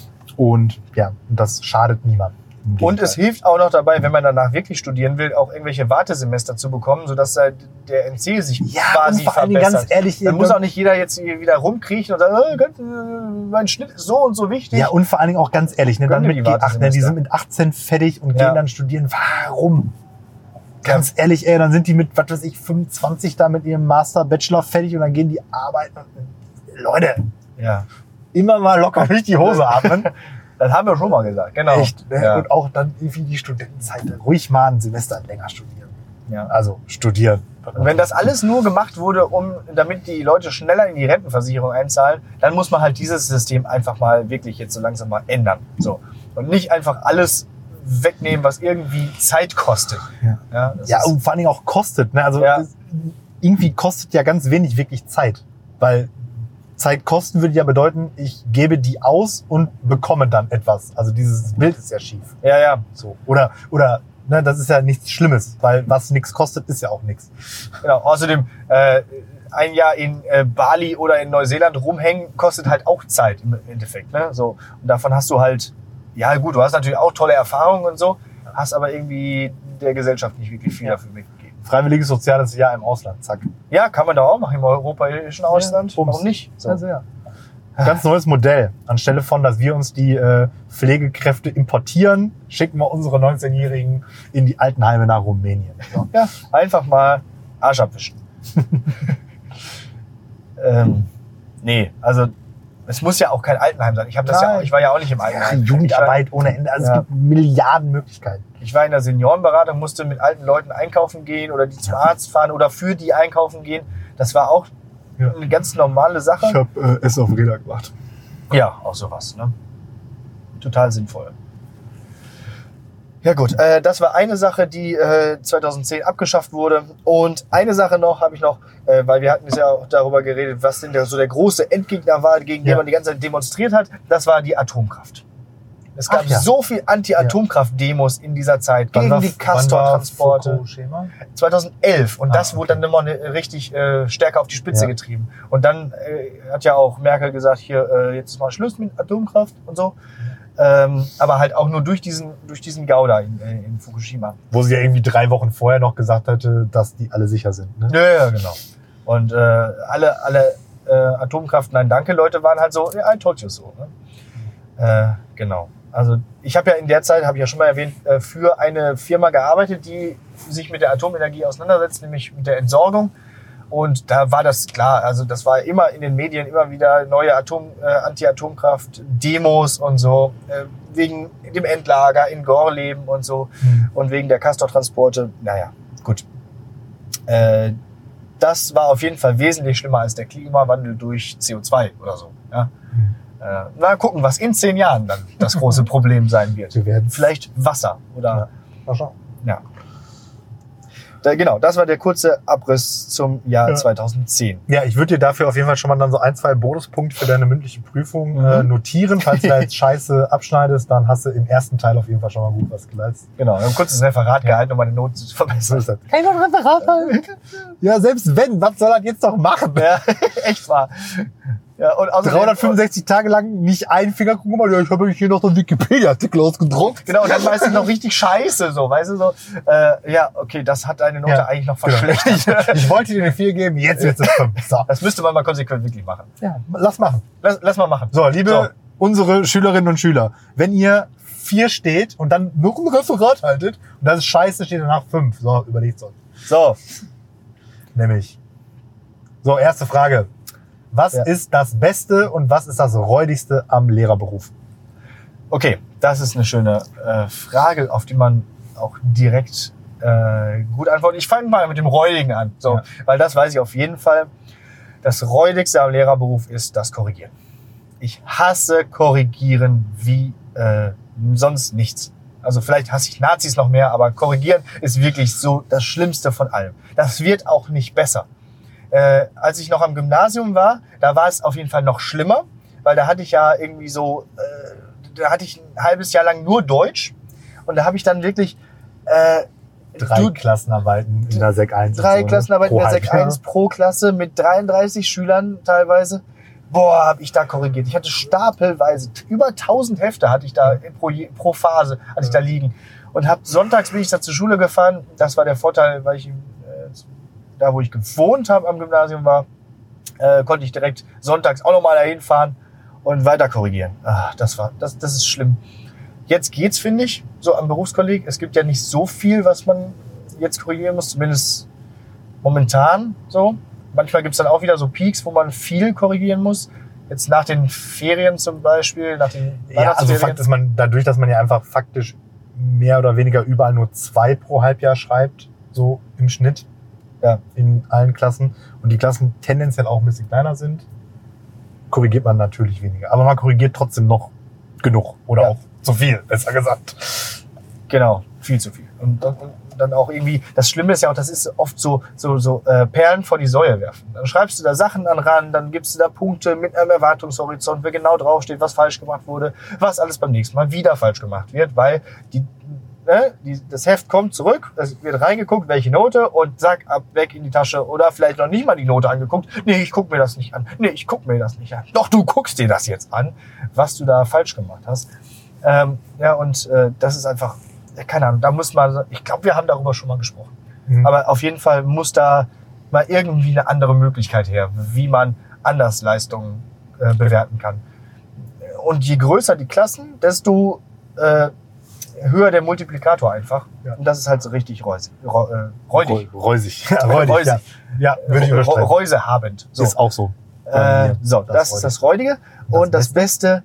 B: Und ja, das schadet niemandem. Im
A: Und es
B: Gegenteil.
A: hilft auch noch dabei, wenn man danach wirklich studieren will, auch irgendwelche Wartesemester zu bekommen, sodass halt der N C sich
B: ja,
A: quasi
B: und vor allen Dingen
A: verbessert.
B: ganz ehrlich,
A: Dann muss auch nicht jeder jetzt hier wieder rumkriechen und sagen, äh, ganz, äh, mein Schnitt ist so und so wichtig.
B: ja, und vor allen Dingen auch ganz ehrlich, ne, dann
A: Gönn dir
B: mit
A: die
B: G acht, ne, die
A: Wartesemester.
B: sind mit achtzehn fertig und
A: Ja.
B: gehen dann studieren. Warum? Ganz ehrlich, ey, dann sind die mit, was weiß ich, fünfundzwanzig da mit ihrem Master, Bachelor fertig und dann gehen die arbeiten. Und, Leute,
A: Ja.
B: immer mal locker durch die Hose atmen.
A: Das haben wir schon mal gesagt, genau.
B: Echt, ne?
A: Ja.
B: Und auch dann irgendwie die Studentenzeit, ruhig mal ein Semester länger studieren.
A: Ja.
B: Also studieren.
A: Und wenn das alles nur gemacht wurde, um, damit die Leute schneller in die Rentenversicherung einzahlen, dann muss man halt dieses System einfach mal wirklich jetzt so langsam mal ändern. So. Und nicht einfach alles wegnehmen, was irgendwie Zeit kostet.
B: Ja.
A: Ja, das
B: Ja,
A: ist,
B: und vor allen Dingen auch kostet. Ne? Also
A: Ja.
B: das, irgendwie kostet ja ganz wenig wirklich Zeit. Weil Zeit kosten würde ja bedeuten, ich gebe die aus und bekomme dann etwas. Also dieses Bild ist ja schief.
A: ja, ja.
B: So. Oder, oder ne, das ist ja nichts Schlimmes, weil was nichts kostet, ist ja auch nichts.
A: Genau. Außerdem, äh, ein Jahr in äh, Bali oder in Neuseeland rumhängen, kostet halt auch Zeit im Endeffekt. Ne? So. Und davon hast du halt, ja gut, du hast natürlich auch tolle Erfahrungen und so, hast aber irgendwie der Gesellschaft nicht wirklich viel
B: Ja.
A: dafür mitgegeben.
B: Freiwilliges soziales Jahr im Ausland, zack.
A: Ja, kann man da auch machen im europäischen Ausland.
B: bums.
A: Warum nicht? So.
B: Also ja. Ganz neues Modell. Anstelle von, dass wir uns die äh, Pflegekräfte importieren, schicken wir unsere neunzehnjährigen in die Altenheime nach Rumänien. So.
A: Ja, einfach mal Arsch abwischen. ähm, nee, also es muss ja auch kein Altenheim sein. Ich habe das ja,
B: Nein.
A: auch, ich war ja auch nicht im
B: Ja,
A: Altenheim.
B: Jugendarbeit ohne Ende. Also
A: Ja.
B: es gibt Milliarden Möglichkeiten.
A: Ich war, ich war in der Seniorenberatung, musste mit alten Leuten einkaufen gehen oder die zum Arzt fahren oder für die einkaufen gehen. Das war auch
B: Ja.
A: eine ganz normale Sache.
B: habe äh, Essen auf Räder gemacht.
A: Ja, auch sowas. Ne? Total sinnvoll. Ja gut, äh, das war eine Sache, die äh, zweitausendzehn abgeschafft wurde. Und eine Sache noch habe ich noch, äh, weil wir hatten es ja auch darüber geredet, was denn der, so der große Endgegner war, gegen
B: Ja.
A: den man die ganze Zeit demonstriert hat. Das war die Atomkraft. Es gab
B: Ach ja.
A: so viel Anti-Atomkraft-Demos in dieser Zeit
B: Wann
A: gegen
B: war-
A: die
B: wann war
A: Castor-Transporte.
B: Fukushima?
A: zweitausendelf. Und
B: Ah,
A: das wurde
B: okay.
A: dann immer eine, richtig äh, stärker auf die Spitze
B: Ja.
A: getrieben. Und dann äh, hat ja auch Merkel gesagt, hier, äh, jetzt ist mal Schluss mit Atomkraft und so. Ähm, aber halt auch nur durch diesen, durch diesen Gauda in, äh, in Fukushima.
B: Wo sie ja irgendwie drei Wochen vorher noch gesagt hatte, dass die alle sicher sind. Ne?
A: Ja, ja, genau. Und äh, alle, alle äh, Atomkraft, nein, danke, Leute waren halt so, ja, I told you so. Ne? Äh, genau. Also ich habe ja in der Zeit, habe ich ja schon mal erwähnt, äh, für eine Firma gearbeitet, die sich mit der Atomenergie auseinandersetzt, nämlich mit der Entsorgung. Und da war das klar, also das war immer in den Medien immer wieder neue Atom, äh, Anti-Atomkraft-Demos und so, äh, wegen dem Endlager in Gorleben und so
B: Mhm.
A: und wegen der Castor-Transporte. Naja, gut. Äh, das war auf jeden Fall wesentlich schlimmer als der Klimawandel durch C O zwei oder so. Ja?
B: Mhm.
A: Äh, na, gucken, was in zehn Jahren dann das große Problem sein wird.
B: Wir werden
A: Vielleicht Wasser oder...
B: Ja. Mal schauen.
A: Ja. Da, genau, das war der kurze Abriss zum Jahr
B: Ja.
A: zweitausendzehn.
B: Ja, ich würde dir dafür auf jeden Fall schon mal dann so ein, zwei Bonuspunkte für deine mündliche Prüfung
A: Mhm.
B: äh, notieren. Falls du da jetzt Scheiße abschneidest, dann hast du im ersten Teil auf jeden Fall schon mal gut was geleistet.
A: Genau, ein kurzes Referat gehalten, um meine Noten zu
B: So
A: verbessern.
B: ist das. Kann ich noch ein Referat halten? Ja, selbst wenn, was soll er jetzt noch machen?
A: Ja, echt wahr. Ja, und außerdem,
B: dreihundertfünfundsechzig Tage lang nicht einen Finger gucken, mal, ja, ich habe hier noch so einen Wikipedia-Artikel ausgedruckt.
A: Genau, und dann meistens noch richtig scheiße, so, weißt du, so, äh, ja, okay, das hat deine Note
B: Ja,
A: eigentlich noch
B: genau.
A: verschlechtert.
B: Ich wollte dir eine vier geben, jetzt wird es fünf. So.
A: Das müsste man mal konsequent wirklich machen.
B: Ja, lass machen.
A: Lass, lass mal machen.
B: So, liebe
A: So.
B: unsere Schülerinnen und Schüler, wenn ihr vier steht und dann noch ein Referat haltet und das ist scheiße, steht danach fünf. So, überlegt euch.
A: So,
B: Nämlich. So, erste Frage. Was
A: Ja.
B: ist das Beste und was ist das Räudigste am Lehrerberuf?
A: okay, das ist eine schöne äh, Frage, auf die man auch direkt äh, gut antworten. Ich fange mal mit dem Räudigen an, so,
B: Ja.
A: weil das weiß ich auf jeden Fall. Das Räudigste am Lehrerberuf ist das Korrigieren. Ich hasse Korrigieren wie äh, sonst nichts. Also vielleicht hasse ich Nazis noch mehr, aber Korrigieren ist wirklich so das Schlimmste von allem. Das wird auch nicht besser. Äh, als ich noch am Gymnasium war, da war es auf jeden Fall noch schlimmer, weil da hatte ich ja irgendwie so, äh, da hatte ich ein halbes Jahr lang nur Deutsch und da habe ich dann wirklich äh,
B: Drei
A: du-
B: Klassenarbeiten in der Sek eins.
A: drei
B: und so, ne?
A: Klassenarbeiten in
B: Pro
A: der Sek
B: Halbjahr.
A: eins pro Klasse mit dreiunddreißig Schülern teilweise. Boah, habe ich da korrigiert. Ich hatte stapelweise, über tausend Hefte hatte ich da pro, je- pro Phase hatte ich da liegen. Und hab, sonntags bin ich da zur Schule gefahren. Das war der Vorteil, weil ich äh, da, wo ich gewohnt habe am Gymnasium war, äh, konnte ich direkt sonntags auch nochmal dahin fahren und weiter korrigieren. Ah, das war, das, das ist schlimm. Jetzt geht's, finde ich, so am Berufskolleg. Es gibt ja nicht so viel, was man jetzt korrigieren muss, zumindest momentan so. Manchmal gibt's dann auch wieder so Peaks, wo man viel korrigieren muss. Jetzt nach den Ferien zum Beispiel, nach den
B: Ja, also Fakt ist, man, dadurch, dass man ja einfach faktisch mehr oder weniger überall nur zwei pro Halbjahr schreibt, so im Schnitt,
A: Ja.
B: in allen Klassen, und die Klassen tendenziell auch ein bisschen kleiner sind, korrigiert man natürlich weniger. Aber man korrigiert trotzdem noch genug oder
A: Ja.
B: auch zu viel, besser gesagt.
A: Genau, viel zu viel. Und, und, und dann auch irgendwie, das Schlimme ist ja auch, das ist oft so, so, so äh, Perlen vor die Säue werfen. Dann schreibst du da Sachen an ran, dann gibst du da Punkte mit einem Erwartungshorizont, wo genau draufsteht, was falsch gemacht wurde, was alles beim nächsten Mal wieder falsch gemacht wird, weil die, ne, die, das Heft kommt zurück, es wird reingeguckt, welche Note, und zack, ab, weg in die Tasche. Oder vielleicht noch nicht mal die Note angeguckt. Nee, ich guck mir das nicht an. Nee, ich guck mir das nicht an. Doch, du guckst dir das jetzt an, was du da falsch gemacht hast. Ähm, ja, und äh, das ist einfach, keine Ahnung, da muss man, ich glaube, wir haben darüber schon mal gesprochen.
B: Mhm.
A: Aber auf jeden Fall muss da mal irgendwie eine andere Möglichkeit her, wie man anders Leistungen äh, bewerten kann. Und je größer die Klassen, desto äh, höher der Multiplikator einfach.
B: Ja.
A: Und das ist halt so richtig reusig, reu, äh, räudig.
B: Reusig. Ja, räudig,
A: Reusig.
B: Ja, ja, würde ich
A: Re-
B: unterstreichen.
A: Reusehabend. So,
B: Ist auch so.
A: äh, so das,
B: das
A: ist das Räudige.
B: Und
A: Und
B: das
A: das Beste,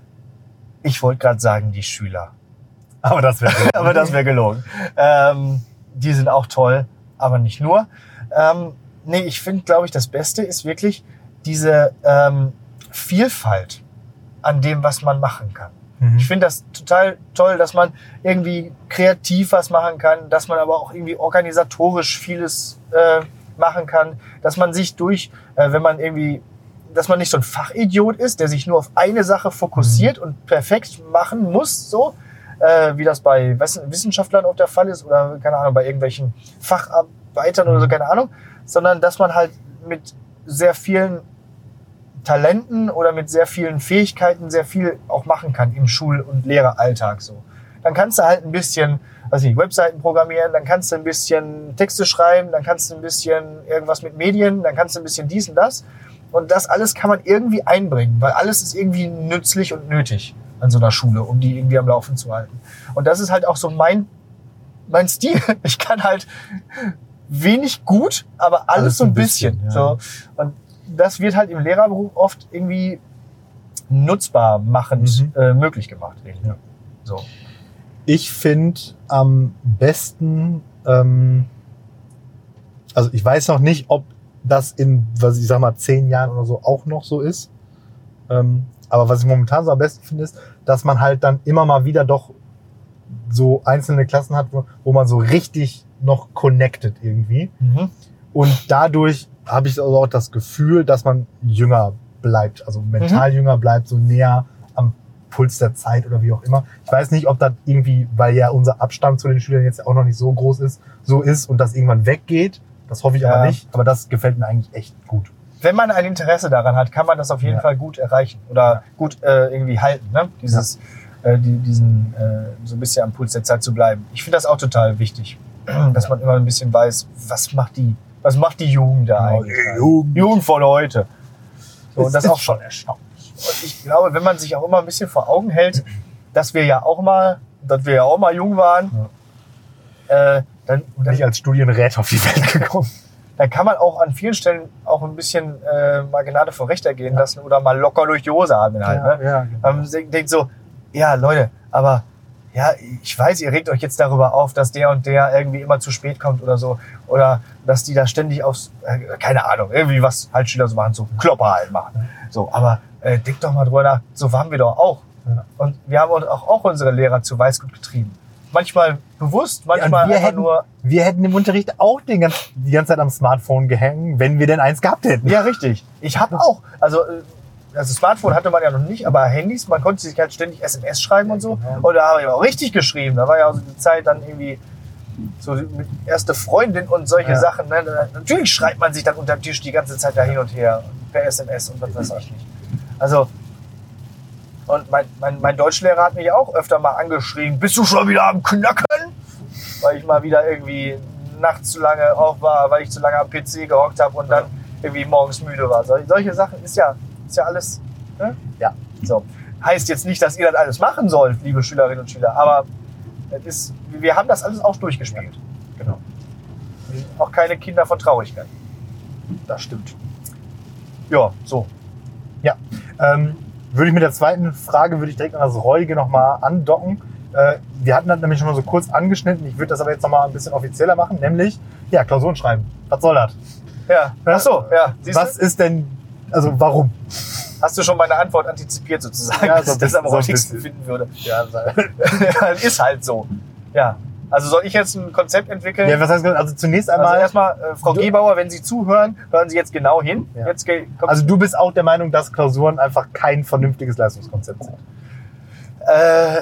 A: ich wollte gerade sagen, die Schüler.
B: Aber das wäre
A: Aber das wäre gelogen. Ähm, die sind auch toll, aber nicht nur. Ähm, nee, ich finde, glaube ich, das Beste ist wirklich diese ähm, Vielfalt an dem, was man machen kann.
B: Mhm.
A: Ich finde das total toll, dass man irgendwie kreativ was machen kann, dass man aber auch irgendwie organisatorisch vieles äh, machen kann, dass man sich durch, äh, wenn man irgendwie, dass man nicht so ein Fachidiot ist, der sich nur auf eine Sache fokussiert und perfekt machen muss, so, äh, wie das bei Wissenschaftlern auch der Fall ist oder, keine Ahnung, bei irgendwelchen Facharbeitern oder so, keine Ahnung, sondern dass man halt mit sehr vielen Talenten oder mit sehr vielen Fähigkeiten sehr viel auch machen kann im Schul- und Lehreralltag so. Dann kannst du halt ein bisschen, weiß nicht, Webseiten programmieren, dann kannst du ein bisschen Texte schreiben, dann kannst du ein bisschen irgendwas mit Medien, dann kannst du ein bisschen dies und das. Und das alles kann man irgendwie einbringen, weil alles ist irgendwie nützlich und nötig an so einer Schule, um die irgendwie am Laufen zu halten. Und das ist halt auch so mein, mein Stil. Ich kann halt wenig gut, aber alles, alles so ein bisschen. bisschen ja. So. Und das wird halt im Lehrerberuf oft irgendwie nutzbar machend mhm. äh, möglich gemacht. Ja. So.
B: Ich finde am besten, ähm, also ich weiß noch nicht, ob das in, was ich sag mal, zehn Jahren oder so auch noch so ist. Ähm, aber was ich momentan so am besten finde, ist, dass man halt dann immer mal wieder doch so einzelne Klassen hat, wo, wo man so richtig noch connected irgendwie. Mhm. Und dadurch habe ich also auch das Gefühl, dass man jünger bleibt, also mental mhm. jünger bleibt, so näher am Puls der Zeit oder wie auch immer. Ich weiß nicht, ob das irgendwie, weil ja unser Abstand zu den Schülern jetzt auch noch nicht so groß ist, so ist und das irgendwann weggeht. Das hoffe ich ja. aber nicht, aber das gefällt mir eigentlich echt gut.
A: Wenn man ein Interesse daran hat, kann man das auf jeden ja. Fall gut erreichen oder gut äh, irgendwie halten, ne? Dieses, ja. äh, die, diesen äh, so ein bisschen am Puls der Zeit zu bleiben. Ich finde das auch total wichtig, dass ja. man immer ein bisschen weiß, was macht die, was macht die Jugend da
B: genau,
A: eigentlich?
B: Die Jugend.
A: Jugend von heute. So, und das
B: ist
A: auch schon erstaunlich. Und ich glaube, wenn man sich auch immer ein bisschen vor Augen hält, dass wir ja auch mal, dass wir ja auch mal jung waren, ja. äh, dann,
B: und nicht als Studienräte auf die Welt gekommen.
A: Dann kann man auch an vielen Stellen auch ein bisschen äh, mal Gnade vor Recht ergehen ja. lassen oder mal locker durch die Hose atmen halt.
B: Ja,
A: ne?
B: ja, genau.
A: Man denkt so, ja Leute, aber ja, ich weiß, ihr regt euch jetzt darüber auf, dass der und der irgendwie immer zu spät kommt oder so. Oder dass die da ständig aufs, äh, keine Ahnung, irgendwie was halt Schüler so machen, so Klopper halt machen. So, aber äh, denkt doch mal drüber nach, so waren wir doch auch. Ja. Und wir haben auch, auch unsere Lehrer zu Weißgut getrieben. Manchmal bewusst, manchmal
B: ja, wir
A: einfach
B: hätten,
A: nur...
B: Wir hätten im Unterricht auch den ganz, die ganze Zeit am Smartphone gehängt, wenn wir denn eins gehabt hätten.
A: Ja, richtig. Ich habe auch, also, also Smartphone hatte man ja noch nicht, aber Handys, man konnte sich halt ständig S M S schreiben und so. Genau. Und da habe ich auch richtig geschrieben. Da war ja auch so die Zeit dann irgendwie so mit erste Freundin und solche ja. Sachen. Ne? Natürlich schreibt man sich dann unterm Tisch die ganze Zeit da hin und her per S M S und was weiß ich nicht. Also, und mein, mein, mein Deutschlehrer hat mich auch öfter mal angeschrien, bist du schon wieder am Knacken? Weil ich mal wieder irgendwie nachts zu lange auf war, weil ich zu lange am P C gehockt habe und dann irgendwie morgens müde war. Sol- solche Sachen ist ja, ist ja alles, ne? Ja, so. Heißt jetzt nicht, dass ihr das alles machen sollt, liebe Schülerinnen und Schüler, aber es ist, wir haben das alles auch durchgespielt. Genau. Wir sind auch keine Kinder von Traurigkeit.
B: Das stimmt.
A: Ja, so.
B: Ja, ähm, würde ich mit der zweiten Frage, würde ich direkt an das Räudige nochmal andocken. Äh, wir hatten das nämlich schon mal so kurz angeschnitten. Ich würde das aber jetzt nochmal ein bisschen offizieller machen, nämlich, ja, Klausuren schreiben. Was soll das?
A: Ja, ach so, ja.
B: Siehst Was du? Ist denn, also warum?
A: Hast du schon meine Antwort antizipiert sozusagen,
B: ja,
A: dass
B: so
A: ich das am
B: so
A: häufigsten finden würde? Ja, ist halt so. Ja. Also soll ich jetzt ein Konzept entwickeln?
B: Ja, was heißt, also zunächst einmal...
A: Also erstmal, äh, Frau du, Gebauer, wenn Sie zuhören, hören Sie jetzt genau hin.
B: Ja.
A: Jetzt
B: also du bist auch der Meinung, dass Klausuren einfach kein vernünftiges Leistungskonzept sind?
A: Äh,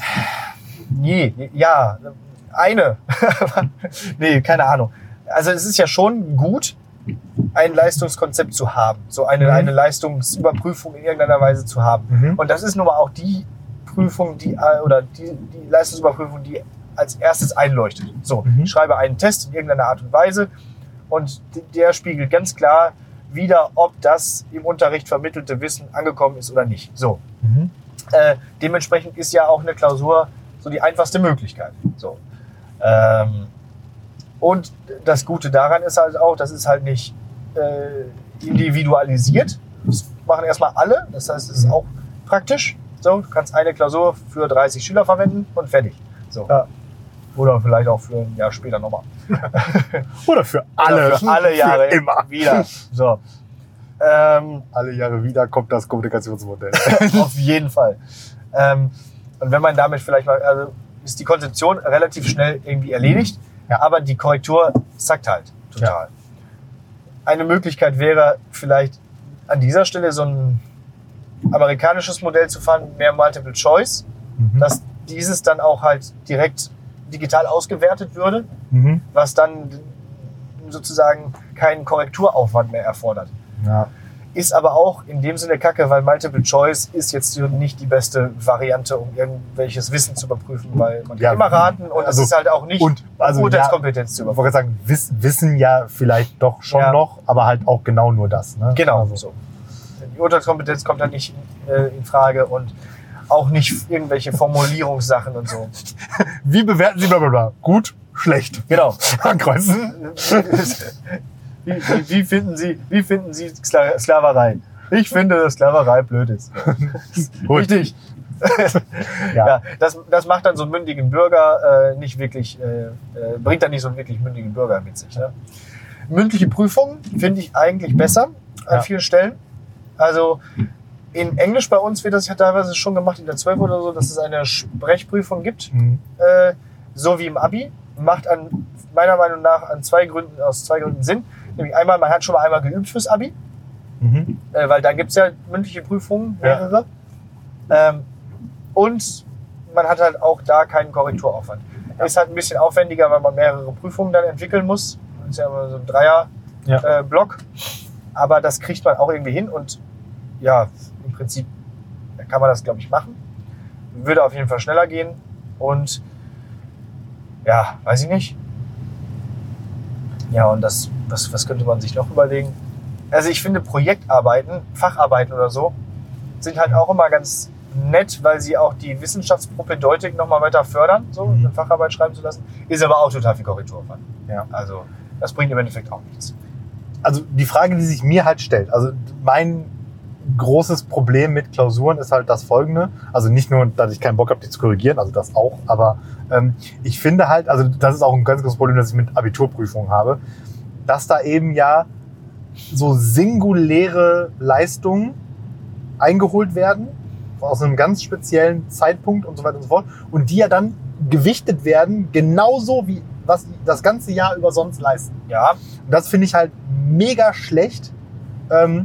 A: nee, ja, eine. Nee, keine Ahnung. Also es ist ja schon gut, ein Leistungskonzept zu haben, so eine, mhm. eine Leistungsüberprüfung in irgendeiner Weise zu haben. Mhm. Und das ist nun mal auch die Prüfung, die oder die, die Leistungsüberprüfung, die als erstes einleuchtet. So, mhm. ich schreibe einen Test in irgendeiner Art und Weise und der spiegelt ganz klar wider, ob das im Unterricht vermittelte Wissen angekommen ist oder nicht. So. Mhm. Äh, dementsprechend ist ja auch eine Klausur so die einfachste Möglichkeit. So. Ähm, und das Gute daran ist halt auch, das ist halt nicht äh, individualisiert. Das machen erstmal alle. Das heißt, es ist auch praktisch. So, du kannst eine Klausur für dreißig Schüler verwenden und fertig. So. Ja. Oder vielleicht auch für ein Jahr später nochmal.
B: Oder für alle.
A: Oder für alle Jahre
B: für immer
A: wieder. So. Ähm,
B: alle Jahre wieder kommt das Kommunikationsmodell.
A: Auf jeden Fall. Ähm, und wenn man damit vielleicht mal, also ist die Konzeption relativ schnell irgendwie erledigt, ja. aber die Korrektur zackt halt total. Ja. Eine Möglichkeit wäre vielleicht an dieser Stelle so ein amerikanisches Modell zu fahren, mehr Multiple Choice, mhm. dass dieses dann auch halt direkt digital ausgewertet würde, mhm. was dann sozusagen keinen Korrekturaufwand mehr erfordert. Ja. Ist aber auch in dem Sinne kacke, weil Multiple Choice ist jetzt nicht die beste Variante, um irgendwelches Wissen zu überprüfen, weil man
B: ja,
A: kann immer raten und
B: also,
A: es ist halt auch nicht
B: und, also,
A: Urteilskompetenz
B: ja,
A: zu überprüfen.
B: Ich wollte sagen, Wiss, Wissen ja vielleicht doch schon ja. noch, aber halt auch genau nur das. Ne?
A: Genau
B: also.
A: so. Die Urteilskompetenz kommt dann nicht äh, in Frage und auch nicht irgendwelche Formulierungssachen und so.
B: Wie bewerten Sie blablabla? Gut, schlecht.
A: Genau.
B: Ankreuzen.
A: Wie, wie, wie, finden Sie, wie finden Sie Skla- Sklaverei? Ich finde, dass Sklaverei blöd ist. Richtig.
B: Ja.
A: Ja, das, das macht dann so einen mündigen Bürger äh, nicht wirklich, äh, äh, bringt dann nicht so einen wirklich mündigen Bürger mit sich. Ne? Mündliche Prüfungen finde ich eigentlich besser an
B: Ja.
A: vielen Stellen. Also in Englisch bei uns wird das ja teilweise schon gemacht in der zwölf oder so, dass es eine Sprechprüfung gibt,
B: Mhm.
A: äh, so wie im Abi. Macht an, meiner Meinung nach an zwei Gründen, aus zwei Gründen Sinn. Nämlich einmal, man hat schon mal einmal geübt fürs Abi,
B: Mhm.
A: äh, weil da gibt es ja mündliche Prüfungen,
B: Ja.
A: mehrere. Ähm, und man hat halt auch da keinen Korrekturaufwand.
B: Ja.
A: Ist halt ein bisschen aufwendiger, weil man mehrere Prüfungen dann entwickeln muss. Das ist ja immer so ein Dreier-Block.
B: Ja.
A: Äh, Block. Aber das kriegt man auch irgendwie hin und ja, im Prinzip kann man das, glaube ich, machen. Würde auf jeden Fall schneller gehen und ja, weiß ich nicht. Ja, und das, was, was könnte man sich noch überlegen? Also ich finde Projektarbeiten, Facharbeiten oder so, sind halt auch immer ganz nett, weil sie auch die Wissenschaftspropedeutik nochmal weiter fördern, so
B: Mhm.
A: eine Facharbeit schreiben zu lassen. Ist aber auch total viel Korrekturaufwand.
B: Ja.
A: Also das bringt im Endeffekt auch nichts.
B: Also die Frage, die sich mir halt stellt, also mein großes Problem mit Klausuren ist halt das folgende. Also nicht nur, dass ich keinen Bock habe, die zu korrigieren, also das auch, aber ähm, ich finde halt, also das ist auch ein ganz großes Problem, das ich mit Abiturprüfungen habe, dass da eben ja so singuläre Leistungen eingeholt werden, aus einem ganz speziellen Zeitpunkt und so weiter und so fort, und die ja dann gewichtet werden, genauso wie was die das ganze Jahr über sonst leisten.
A: Ja,
B: Und das finde ich halt mega schlecht. Ähm,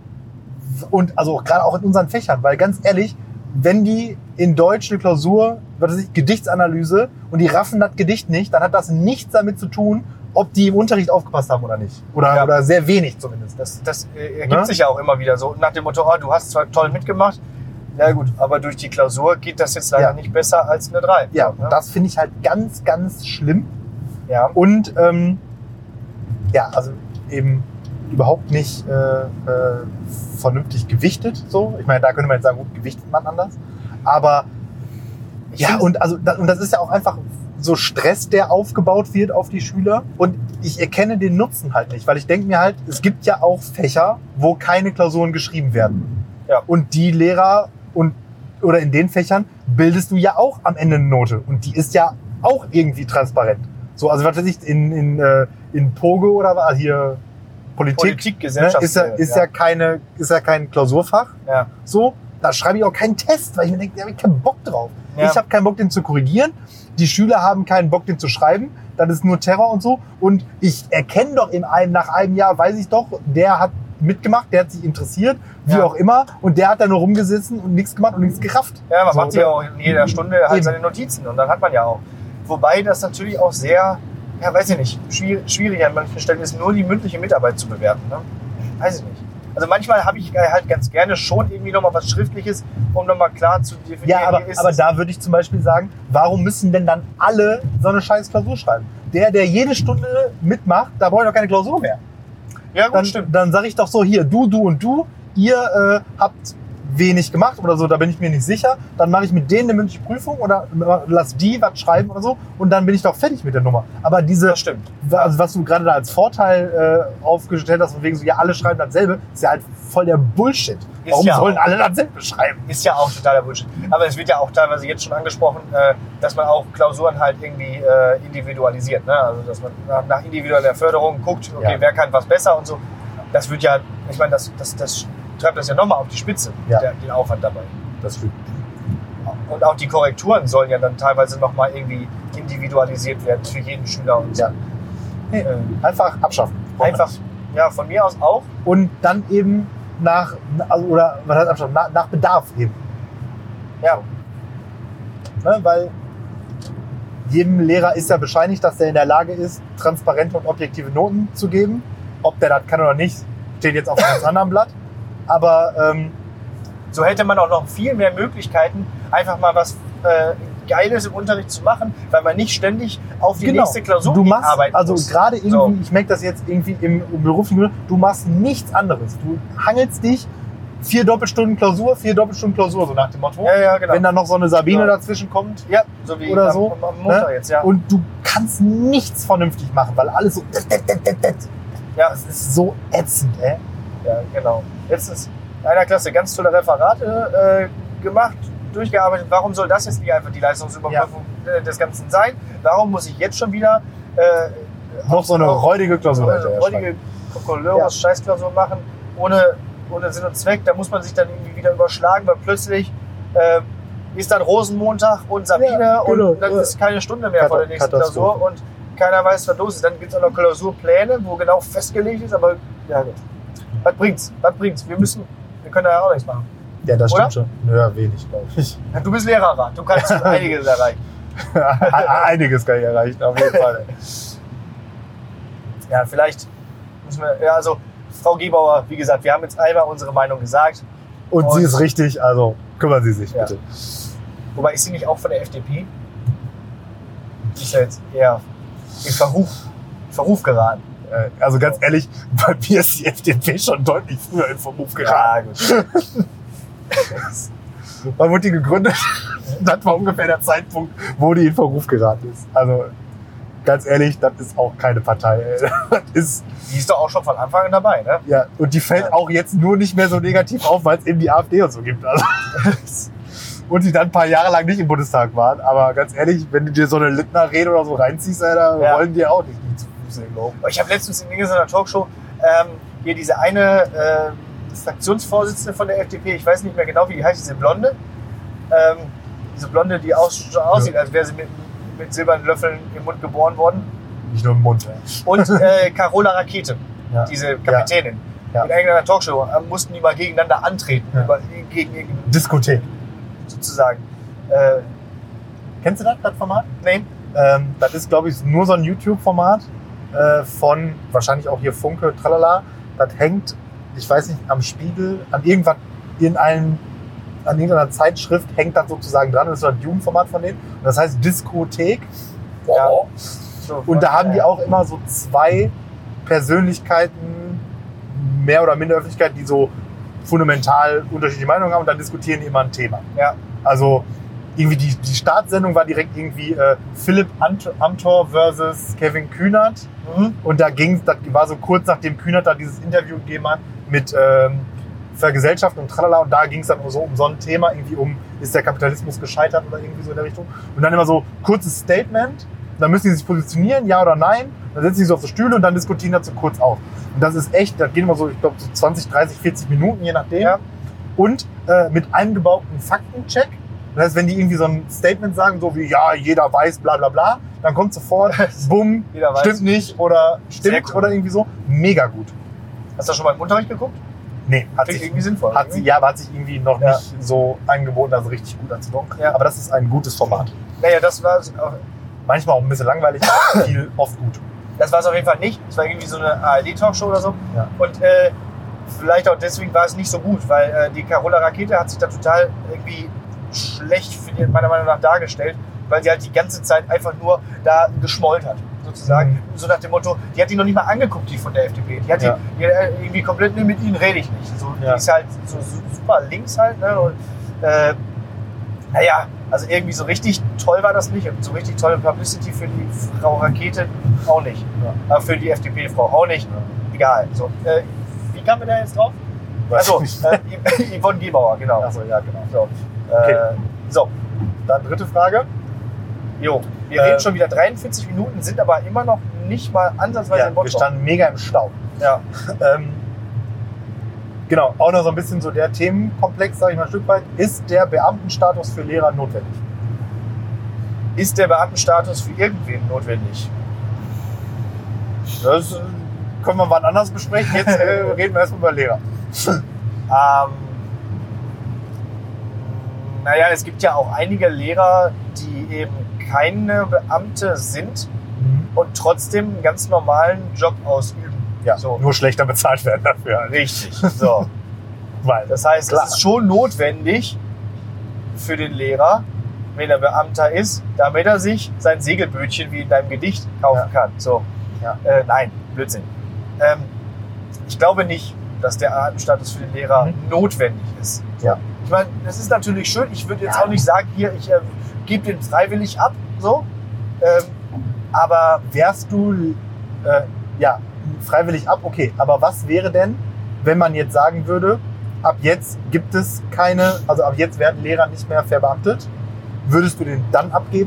B: und also gerade auch in unseren Fächern, weil ganz ehrlich, wenn die in Deutsch eine Klausur, was weiß ich, Gedichtsanalyse, und die raffen das Gedicht nicht, dann hat das nichts damit zu tun, ob die im Unterricht aufgepasst haben oder nicht. Oder,
A: Ja.
B: oder sehr wenig zumindest.
A: das, das äh, ergibt
B: Ne?
A: sich ja auch immer wieder so. Nach dem Motto, oh, du hast zwar toll mitgemacht, ja gut, aber durch die Klausur geht das jetzt leider
B: Ja.
A: nicht besser als eine drei.
B: Ja,
A: So, ne?
B: und das finde ich halt ganz, ganz schlimm.
A: ja.
B: Und ähm, ja, also eben überhaupt nicht äh, äh, vernünftig gewichtet. So, ich meine, da könnte man jetzt sagen, gut, gewichtet man anders. Aber
A: Ich
B: ja,
A: finde-
B: und also da, und das ist ja auch einfach so Stress, der aufgebaut wird auf die Schüler. Und ich erkenne den Nutzen halt nicht, weil ich denke mir halt, es gibt ja auch Fächer, wo keine Klausuren geschrieben werden.
A: Ja.
B: Und die Lehrer und oder in den Fächern bildest du ja auch am Ende eine Note. Und die ist ja auch irgendwie transparent. So, also was weiß ich, in, in, äh, in Pogo oder was, hier Politik,
A: Politik,
B: ne,
A: Gesellschaft.
B: ist, ja, ist, ja. keine, ist ja kein Klausurfach.
A: ja.
B: So, da schreibe ich auch keinen Test, weil ich mir denke, da habe ich keinen Bock drauf.
A: Ja.
B: Ich habe keinen Bock, den zu korrigieren. Die Schüler haben keinen Bock, den zu schreiben. Das ist nur Terror und so. Und ich erkenne doch in einem, nach einem Jahr, weiß ich doch, der hat mitgemacht, der hat sich interessiert, wie
A: Ja.
B: auch immer. Und der hat da nur rumgesessen und nichts gemacht und nichts gerafft.
A: Ja, man
B: So,
A: macht sich
B: da-
A: auch in jeder Stunde halt
B: Eben.
A: seine Notizen und dann hat man ja auch. Wobei das natürlich auch sehr, ja, weiß ich nicht, schwierig, schwierig an manchen Stellen ist, nur die mündliche Mitarbeit zu bewerten. Ne? Weiß ich nicht. Also manchmal habe ich halt ganz gerne schon irgendwie nochmal was Schriftliches, um nochmal klar zu definieren,
B: Ja, aber,
A: wie ist
B: aber
A: es.
B: da würde ich zum Beispiel sagen, warum müssen denn dann alle so eine scheiß Klausur schreiben? Der, der jede Stunde mitmacht, da brauche ich doch keine Klausur mehr.
A: Ja, gut,
B: Dann,
A: stimmt.
B: dann sage ich doch so, hier, du, du und du, ihr äh, habt wenig gemacht oder so, da bin ich mir nicht sicher. Dann mache ich mit denen eine mündliche Prüfung oder lass die was schreiben oder so und dann bin ich doch fertig mit der Nummer. Aber diese,
A: Das stimmt.
B: also was du gerade da als Vorteil äh, aufgestellt hast, von wegen so, ja, alle schreiben dasselbe, ist ja halt voll der Bullshit. Warum
A: ja
B: sollen
A: auch.
B: alle dasselbe schreiben?
A: Ist ja auch totaler Bullshit. Aber es wird ja auch teilweise jetzt schon angesprochen, äh, dass man auch Klausuren halt irgendwie äh, individualisiert. Ne? Also dass man nach, nach individueller Förderung guckt, okay,
B: Ja.
A: wer kann was besser und so. Das wird ja, ich meine, das, das, das treibt das ja nochmal auf die Spitze,
B: Ja.
A: der, den Aufwand dabei.
B: Das stimmt.
A: Und auch die Korrekturen sollen ja dann teilweise nochmal irgendwie individualisiert werden für jeden Schüler und so.
B: Ja. Nee,
A: Äh,
B: einfach abschaffen.
A: einfach, ja, von mir aus auch.
B: Und dann eben nach, also, oder was heißt abschaffen? Nach, nach Bedarf eben.
A: Ja,
B: Ne? Weil jedem Lehrer ist ja bescheinigt, dass er in der Lage ist, transparente und objektive Noten zu geben. Ob der das kann oder nicht, steht jetzt auf einem ganz anderen Blatt. Aber ähm,
A: so hätte man auch noch viel mehr Möglichkeiten, einfach mal was äh, Geiles im Unterricht zu machen, weil man nicht ständig auf die nächste Klausur
B: du machst,
A: arbeiten
B: also
A: muss.
B: gerade irgendwie,
A: So.
B: ich merke das jetzt irgendwie im beruflichen, du machst nichts anderes. Du hangelst dich vier Doppelstunden Klausur, vier Doppelstunden Klausur, so nach dem Motto.
A: Ja, ja, genau.
B: Wenn dann noch so eine Sabine
A: Genau.
B: dazwischen kommt.
A: Ja, so wie
B: Oder
A: am,
B: so,
A: am Montag
B: ne?
A: jetzt, ja.
B: Und du kannst nichts vernünftig machen, weil alles so...
A: ja,
B: Das ist so ätzend, ey.
A: ja, genau. Letztens in einer Klasse ganz tolle Referate äh, gemacht, durchgearbeitet. Warum soll das jetzt nicht einfach die Leistungsüberprüfung ja. des Ganzen sein? Warum muss ich jetzt schon wieder äh,
B: noch so eine räudige Klausur
A: so eine räudige Kokolores ja. Scheißklausur machen, ohne, ohne Sinn und Zweck? Da muss man sich dann irgendwie wieder überschlagen, weil plötzlich äh, ist dann Rosenmontag und Sabine
B: ja, genau.
A: und dann ist keine Stunde mehr
B: Kat-
A: vor der nächsten Klausur und keiner weiß, was los ist. Dann gibt es auch noch Klausurpläne, wo genau festgelegt ist, aber ja gut. Was bringt's? Was bringt's? Wir müssen, wir können da ja auch nichts machen.
B: Ja, das
A: Oder?
B: stimmt schon. Ja, wenig, glaube ich.
A: Du bist Lehrer, du kannst einiges erreichen.
B: Einiges kann ich erreichen, auf jeden Fall.
A: Ja, vielleicht müssen wir, ja, also Frau Gebauer, wie gesagt, wir haben jetzt einmal unsere Meinung gesagt.
B: Und,
A: Und-
B: sie ist richtig, also kümmern Sie sich
A: Ja.
B: bitte.
A: Wobei, ist sie nicht auch von der F D P? Die ist ja jetzt eher in Verruf, Verruf geraten.
B: Äh, Also ganz ehrlich, bei mir ist die F D P schon deutlich früher in Verruf geraten.
A: gut.
B: Wann wurde die gegründet? Das war ungefähr der Zeitpunkt, wo die in Verruf geraten ist. Also ganz ehrlich, das ist auch keine Partei. ey. Das ist,
A: Die ist doch auch schon von Anfang an dabei, ne?
B: ja, und die fällt
A: Ja.
B: auch jetzt nur nicht mehr so negativ auf, weil es eben die AfD und so gibt. Also, und die dann ein paar Jahre lang nicht im Bundestag waren. Aber ganz ehrlich, wenn du dir so eine Lindner-Rede oder so reinziehst, ey, da
A: Ja.
B: wollen die auch nicht nie zu Fuß glauben.
A: Ich habe letztens in irgendeiner Talkshow ähm, hier diese eine äh, Fraktionsvorsitzende von der F D P, ich weiß nicht mehr genau, wie die heißt, diese Blonde. Ähm, diese Blonde, die aus, so aussieht, als wäre sie mit, mit silbernen Löffeln im Mund geboren worden.
B: Nicht nur im Mund. Ey.
A: Und äh, Carola Rakete,
B: Ja.
A: diese Kapitänin.
B: Ja.
A: In irgendeiner Talkshow äh, mussten die mal gegeneinander antreten,
B: Ja.
A: über, gegen, gegen
B: Diskothek.
A: sozusagen. Äh,
B: Kennst du das, das Format?
A: nee,
B: Ähm, das ist, glaube ich, nur so ein YouTube-Format äh, von wahrscheinlich auch hier Funke, tralala. Das hängt, ich weiß nicht, am Spiegel, an irgendwas, in einem, an irgendeiner Zeitschrift hängt das sozusagen dran. Das ist so ein Jugendformat von denen. Und das heißt Diskothek.
A: Ja.
B: Oh.
A: so,
B: Und da haben die
A: äh,
B: auch immer so zwei Persönlichkeiten, mehr oder minder Öffentlichkeit, die so fundamental unterschiedliche Meinungen haben und dann diskutieren die immer ein Thema.
A: Ja.
B: Also irgendwie die, die Startsendung war direkt irgendwie äh, Philipp Ant- Amthor versus Kevin Kühnert.
A: Mhm.
B: Und da ging es, das war so kurz nachdem Kühnert da dieses Interview gegeben hat mit ähm, Vergesellschaftung und tralala. Und da ging es dann so um so ein Thema, irgendwie um, ist der Kapitalismus gescheitert oder irgendwie so in der Richtung. Und dann immer so kurzes Statement. Dann müssen die sich positionieren, ja oder nein. Dann setzen die sich auf so Stühle und dann diskutieren dazu kurz auf. Und das ist echt, das geht immer so, ich glaube, so zwanzig, dreißig, vierzig Minuten, je nachdem.
A: Ja.
B: Und äh, mit eingebauten Faktencheck. Das heißt, wenn die irgendwie so ein Statement sagen, so wie, ja, jeder weiß, bla bla bla, dann kommt sofort, bumm,
A: Jeder weiß.
B: stimmt nicht oder
A: Sehr
B: stimmt
A: cool.
B: oder irgendwie so. Mega gut.
A: Hast du schon mal im Unterricht geguckt?
B: Nee, hat
A: Finde ich
B: sich,
A: irgendwie sinnvoll.
B: hat sie, ja, aber hat sich irgendwie noch
A: Ja.
B: nicht so angeboten, also richtig gut anzugucken.
A: Ja.
B: Aber das ist ein gutes Format.
A: Naja, das war
B: Manchmal auch ein bisschen langweilig, aber viel oft gut.
A: das war es auf jeden Fall nicht. Es war irgendwie so eine A R D-Talkshow oder so.
B: Ja.
A: Und äh, vielleicht auch deswegen war es nicht so gut, weil äh, die Carola Rakete hat sich da total irgendwie schlecht, finde ich, meiner Meinung nach, dargestellt, weil sie halt die ganze Zeit einfach nur da geschmollt hat, sozusagen.
B: Mhm.
A: So nach dem Motto, die hat die noch nicht mal angeguckt, die von der F D P. Die hat
B: Ja.
A: die, die hat irgendwie komplett, nee, mit ihnen rede ich nicht. So,
B: Ja.
A: Die ist halt so super links halt. Ne? Und, äh, naja, also irgendwie so richtig toll war das nicht. Und so richtig tolle Publicity für die Frau Rakete auch nicht.
B: Ja.
A: Aber für die F D P-Frau auch nicht. Egal. So, äh, wie kamen wir da jetzt drauf?
B: Weiß
A: Also,
B: nicht.
A: äh, Yvonne Gebauer, genau.
B: Achso, ja, genau.
A: So,
B: Okay.
A: äh, so,
B: Dann dritte Frage.
A: jo. Wir
B: Äh,
A: reden schon wieder dreiundvierzig Minuten, sind aber immer noch nicht mal ansatzweise
B: Ja,
A: im
B: wir
A: Bottrop.
B: standen mega im Stau.
A: Ja.
B: Ähm, genau, auch noch so ein bisschen so der Themenkomplex, sage ich mal ein Stück weit. Ist der Beamtenstatus für Lehrer notwendig?
A: Ist der Beamtenstatus für irgendwen notwendig?
B: Das äh, können wir wann anders besprechen. Jetzt äh, reden wir erstmal über Lehrer.
A: Ähm, naja, es gibt ja auch einige Lehrer, die eben keine Beamte sind und trotzdem einen ganz normalen Job ausüben.
B: Ja,
A: So.
B: nur schlechter bezahlt werden dafür.
A: Richtig. So.
B: Weil,
A: Das heißt,
B: Klar.
A: es ist schon notwendig für den Lehrer, wenn er Beamter ist, damit er sich sein Segelbötchen wie in deinem Gedicht kaufen kann. So.
B: Ja.
A: Äh, nein, Blödsinn. Ähm, ich glaube nicht, dass der Atemstatus für den Lehrer
B: Mhm.
A: notwendig ist.
B: Ja.
A: Ich meine, das ist natürlich schön. Ich würde jetzt
B: Ja.
A: auch nicht sagen, hier, ich äh, gebe den freiwillig ab, so. Ähm, aber
B: Wärst du äh, ja freiwillig ab, okay. Aber was wäre denn, wenn man jetzt sagen würde, ab jetzt gibt es keine, also ab jetzt werden Lehrer nicht mehr verbeamtet? Würdest du den dann abgeben?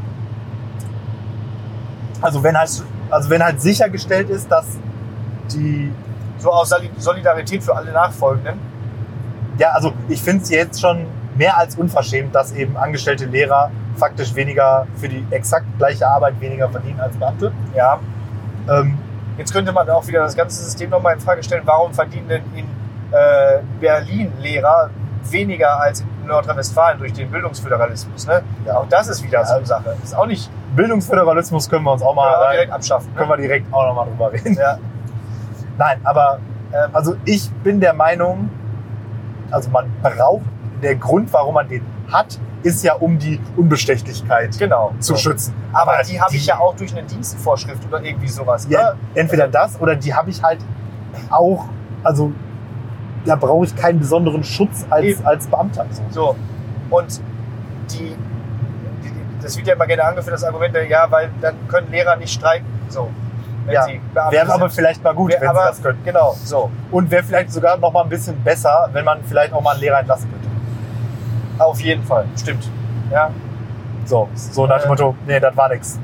B: Also wenn halt, also wenn halt sichergestellt ist, dass die,
A: so aus Soli- Solidarität für alle Nachfolgenden.
B: ja, also ich finde es jetzt schon mehr als unverschämt, dass eben angestellte Lehrer faktisch weniger für die exakt gleiche Arbeit weniger verdienen als Beamte.
A: Ja.
B: Ähm,
A: Jetzt könnte man auch wieder das ganze System nochmal in Frage stellen, warum verdienen denn in äh, Berlin Lehrer weniger als in Nordrhein-Westfalen durch den Bildungsföderalismus? Ne?
B: Ja.
A: Auch das ist wieder so eine Sache. Das ist auch nicht
B: Bildungsföderalismus können wir uns auch mal
A: können wir auch
B: rein-
A: direkt abschaffen. Ne?
B: können wir direkt auch nochmal drüber reden.
A: Ja.
B: Nein, aber
A: Ähm,
B: also ich bin der Meinung, also man braucht, der Grund, warum man den hat, ist ja um die Unbestechlichkeit
A: Genau.
B: zu
A: So.
B: schützen.
A: Aber die habe ich ja auch durch eine Dienstvorschrift oder irgendwie sowas.
B: Ja,
A: Ne?
B: entweder das oder die habe ich halt auch, also da brauche ich keinen besonderen Schutz als,
A: Eben.
B: als Beamter. So.
A: So. Und die, die, das wird ja immer gerne angeführt, das Argument, ja, weil dann können Lehrer nicht streiken. So. Wenn
B: Ja.
A: sie Beamte
B: Wäre aber
A: sind.
B: vielleicht mal gut,
A: Wär-
B: wenn
A: aber,
B: sie das können.
A: Genau, so.
B: Und wäre vielleicht sogar noch mal ein bisschen besser, wenn man vielleicht auch mal einen Lehrer entlassen könnte.
A: Auf jeden Fall. Stimmt. Ja.
B: So, so nach dem
A: Äh.
B: Motto, nee, das war nix.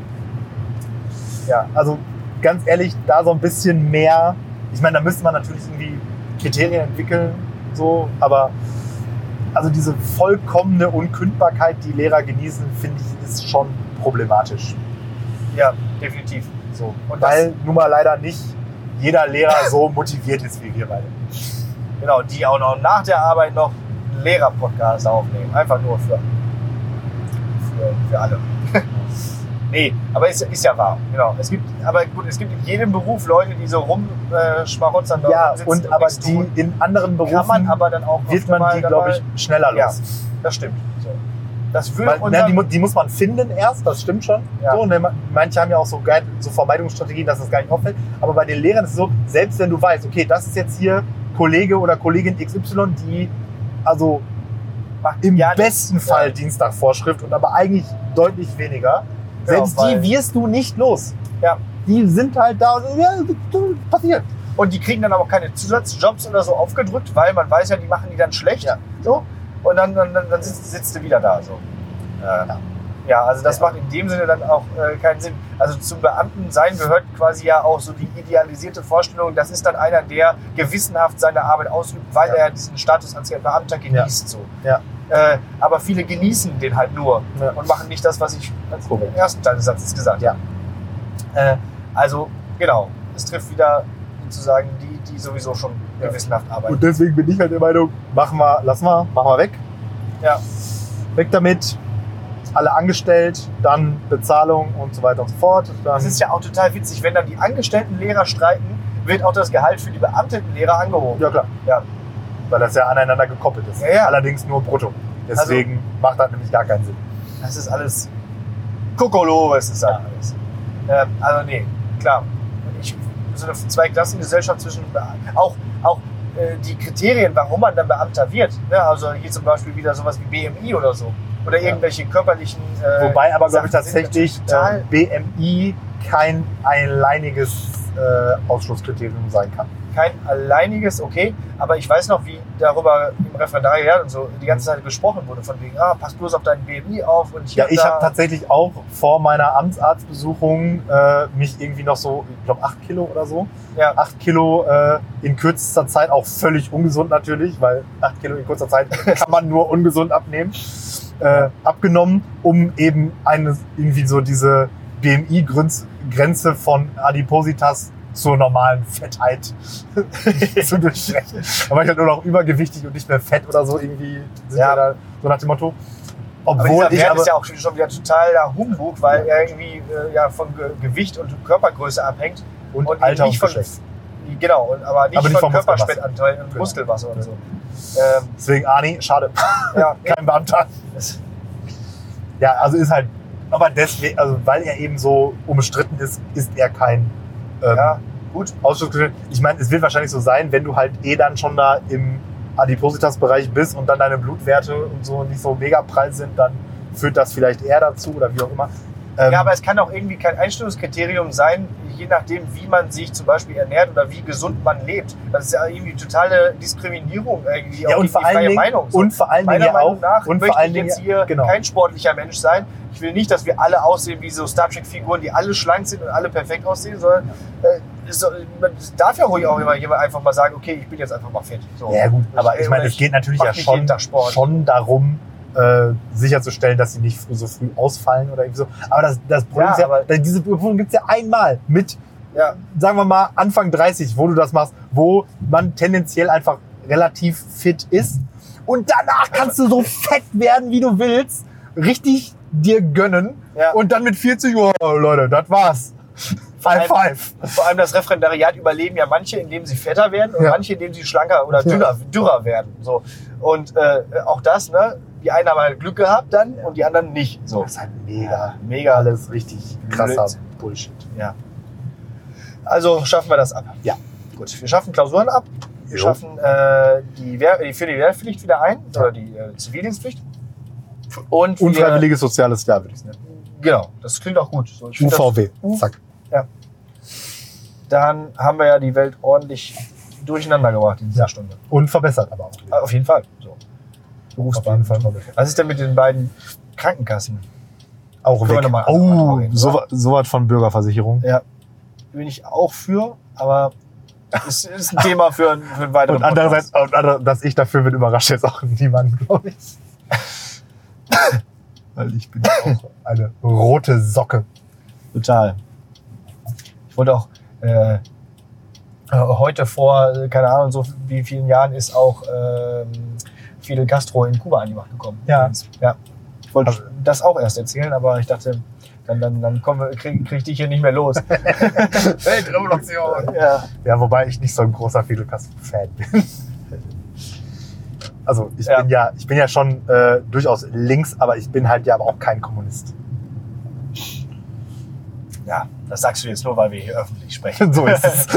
A: Ja.
B: Also ganz ehrlich, da so ein bisschen mehr, ich meine, da müsste man natürlich irgendwie Kriterien entwickeln, so, aber also diese vollkommene Unkündbarkeit, die Lehrer genießen, finde ich, ist schon problematisch.
A: Ja, definitiv.
B: So,
A: Und
B: weil nun mal leider nicht jeder Lehrer so motiviert ist wie wir beide.
A: Genau, die auch noch nach der Arbeit noch einen Lehrer-Podcast aufnehmen. Einfach nur für, für, für alle. Nee, aber ist, ist ja wahr. Genau. Es gibt, aber gut, es gibt in jedem Beruf Leute, die so rumschmarotzern da
B: Ja,
A: sitzen
B: und aber
A: nichts
B: die
A: tun.
B: in anderen
A: Kann
B: Berufen
A: man aber dann auch
B: wird
A: öfter
B: man
A: mal
B: die,
A: dabei-
B: glaube ich, schneller
A: Ja.
B: los.
A: Das stimmt. So. Das würde
B: Weil, ne,
A: unser,
B: die, mu- die muss man finden erst, das stimmt schon.
A: Ja.
B: So, ne, manche haben ja auch so, geil, so Vermeidungsstrategien, dass das gar nicht auffällt. Aber bei den Lehrern ist es so, selbst wenn du weißt, okay, das ist jetzt hier Kollege oder Kollegin X Y, die also
A: macht
B: im
A: ja nichts.
B: besten Fall
A: Ja.
B: Dienstagvorschrift und aber eigentlich deutlich weniger.
A: Genau,
B: Selbst
A: weil-
B: die wirst du nicht los.
A: Ja.
B: Die sind halt da und ja, passiert.
A: Und die kriegen dann aber auch keine Zusatzjobs oder so aufgedrückt, weil man weiß ja, die machen die dann schlecht.
B: Ja.
A: So. Und dann, dann, dann dann sitzt, sitzt du wieder da. So. Äh,
B: Ja.
A: ja, also das
B: Ja.
A: macht in dem Sinne dann auch äh, keinen Sinn. Also zum Beamtensein gehört quasi ja auch so die idealisierte Vorstellung, das ist dann einer, der gewissenhaft seine Arbeit ausübt, weil
B: Ja.
A: er diesen Status als Beamter genießt. So.
B: Ja.
A: Äh, aber viele genießen den halt nur
B: Ja.
A: und machen nicht das, was ich als
B: Korrekt.
A: im ersten Teil des Satzes gesagt
B: Ja.
A: habe. Äh, also genau, es trifft wieder sozusagen die, die sowieso schon
B: Ja.
A: gewissenhaft arbeiten.
B: Und deswegen bin ich halt der Meinung, machen wir, lassen wir, machen wir weg.
A: Ja.
B: Weg damit. Alle angestellt, dann Bezahlung und so weiter und so fort. Dann,
A: Das ist ja auch total witzig, wenn dann die angestellten Lehrer streiken, wird auch das Gehalt für die beamteten Lehrer angehoben.
B: ja klar,
A: Ja.
B: weil das ja aneinander gekoppelt ist.
A: Ja, ja.
B: Allerdings nur brutto. Deswegen macht das nämlich gar keinen Sinn.
A: Das ist alles Kokolores ist das
B: Ja.
A: alles. Ähm, also nee, klar. Ich, so eine Zweiklassengesellschaft zwischen auch, auch äh, die Kriterien, warum man dann Beamter wird. Ne? Also hier zum Beispiel wieder sowas wie B M I oder so. Oder
B: Ja.
A: irgendwelche körperlichen äh,
B: Wobei aber, glaube ich,
A: Sachen sind
B: tatsächlich
A: natürlich total,
B: äh, B M I kein alleiniges äh, Ausschlusskriterium sein kann.
A: kein alleiniges, okay, aber ich weiß noch, wie darüber im Referendariat und so die ganze Zeit gesprochen wurde, von wegen, ah, pass bloß auf deinen B M I auf und hier
B: Ja, ich
A: da,
B: habe tatsächlich auch vor meiner Amtsarztbesuchung äh, mich irgendwie noch so, ich glaube, acht Kilo oder so,
A: ja,
B: acht Kilo äh, in kürzester Zeit, auch völlig ungesund natürlich, weil acht Kilo in kurzer Zeit kann man nur ungesund abnehmen, äh, abgenommen, um eben eine, irgendwie so diese B M I-Grenze von Adipositas zur normalen Fettheit zu durchbrechen. Da war ich halt nur noch übergewichtig und nicht mehr fett oder so irgendwie, sind
A: Ja.
B: wir da, so nach dem Motto.
A: aber
B: Obwohl
A: dieser
B: ich
A: Wert
B: aber,
A: ist ja auch schon wieder totaler Humbug, weil er irgendwie äh, ja, von Ge Gewicht und Körpergröße abhängt.
B: und,
A: und
B: Alter
A: nicht
B: und
A: von,
B: Geschlecht.
A: Genau, und, aber nicht
B: Aber nicht
A: von
B: von Muskelmasse.
A: Körperfettanteil und
B: Genau.
A: Muskelmasse oder so. Ähm,
B: Deswegen, Arni, schade,
A: ja,
B: kein Beamter.
A: das-
B: Ja, also ist halt, aber deswegen, also weil er eben so umstritten ist, ist er kein ähm,
A: ja, gut.
B: Ausschlusskriterien. Ich meine, es wird wahrscheinlich so sein, wenn du halt eh dann schon da im Adipositas-Bereich bist und dann deine Blutwerte und so nicht so mega prall sind, dann führt das vielleicht eher dazu oder wie auch immer. Ähm,
A: Ja, aber es kann auch irgendwie kein Einstellungskriterium sein, je nachdem, wie man sich zum Beispiel ernährt oder wie gesund man lebt. Das ist ja irgendwie totale Diskriminierung irgendwie
B: ja,
A: auch
B: und
A: die
B: vor allen
A: freie
B: Dingen,
A: Meinung. So.
B: und vor allen Dingen
A: Meiner
B: ja
A: Meinung
B: auch,
A: nach
B: und
A: möchte
B: vor allen
A: ich jetzt
B: Dingen,
A: hier
B: genau.
A: kein sportlicher Mensch sein. Ich will nicht, dass wir alle aussehen wie so Star Trek-Figuren, die alle schlank sind und alle perfekt aussehen, sondern äh, es soll- man darf ja ruhig auch immer jemand einfach mal sagen, okay, ich bin jetzt einfach mal fit. So.
B: Ja gut, aber ich meine,
A: Oder
B: es geht natürlich
A: mach
B: ja
A: nicht
B: schon,
A: jeden Tag Sport.
B: schon darum, äh, sicherzustellen, dass sie nicht früh- so früh ausfallen oder irgendwie so. Aber das, das Problem
A: Ja,
B: ist ja,
A: aber-
B: da- diese Prüfung gibt's ja einmal mit,
A: Ja,
B: sagen wir mal, Anfang dreißig, wo du das machst, wo man tendenziell einfach relativ fit ist. Und danach kannst du so fett werden, wie du willst, richtig dir gönnen.
A: Ja.
B: Und dann mit vierzig Uhr, oh, Leute, das war's. Five, five.
A: vor allem das Referendariat überleben ja manche, indem sie fetter werden und
B: Ja.
A: manche, indem sie schlanker oder
B: Ja.
A: dünner, dürrer werden. So. Und äh, auch das, ne? Die einen haben halt Glück gehabt dann und die anderen nicht. So.
B: Das ist halt mega,
A: Ja, mega.
B: alles richtig krasser
A: Blödsinn.
B: Bullshit.
A: Ja. Also schaffen wir das ab.
B: Ja.
A: Gut, wir schaffen Klausuren ab. Wir
B: Jo.
A: schaffen äh, die, Wehr, die für die Wehrpflicht wieder ein,
B: Ja.
A: oder die äh, Zivildienstpflicht. Und wir,
B: Unfreiwilliges soziales Jahr, würde ich nennen.
A: genau, das klingt auch gut. So, ich
B: U
A: find
B: V W.
A: U-
B: Zack.
A: das, dann haben wir ja die Welt ordentlich durcheinander gebracht in dieser
B: Ja.
A: Stunde.
B: Und verbessert aber auch.
A: Ah, Auf jeden Fall. So.
B: Auf jeden
A: Berufsbahn.
B: Fall verbessert.
A: Was ist denn mit den beiden Krankenkassen?
B: Auch
A: Können wir
B: weg.
A: noch mal-
B: Oh,
A: reden,
B: so,
A: oder?
B: so was von Bürgerversicherung.
A: Ja, bin ich auch für, aber es ist ein Thema für, einen- für einen weiteren
B: Und andererseits,
A: Podcast.
B: und andere- dass ich dafür bin, überrascht jetzt auch niemanden, glaube ich. Weil ich bin auch eine rote Socke.
A: Total. Ich wollte auch äh, äh, heute vor, äh, keine Ahnung, so wie vielen Jahren ist auch ähm, Fidel Castro in Kuba an die Macht gekommen.
B: Ja.
A: ja. Ich wollte
B: Also-
A: das auch erst erzählen, aber ich dachte, dann, dann, dann kommen wir, krieg, krieg ich dich hier nicht mehr los.
B: Weltrevolution.
A: ja.
B: Ja, wobei ich nicht so ein großer Fidel Castro-Fan bin. Also ich
A: Ja.
B: bin ja, ich bin ja schon äh, durchaus links, aber ich bin halt ja aber auch kein Kommunist.
A: ja, das sagst du jetzt nur, weil wir hier öffentlich sprechen.
B: So ist es.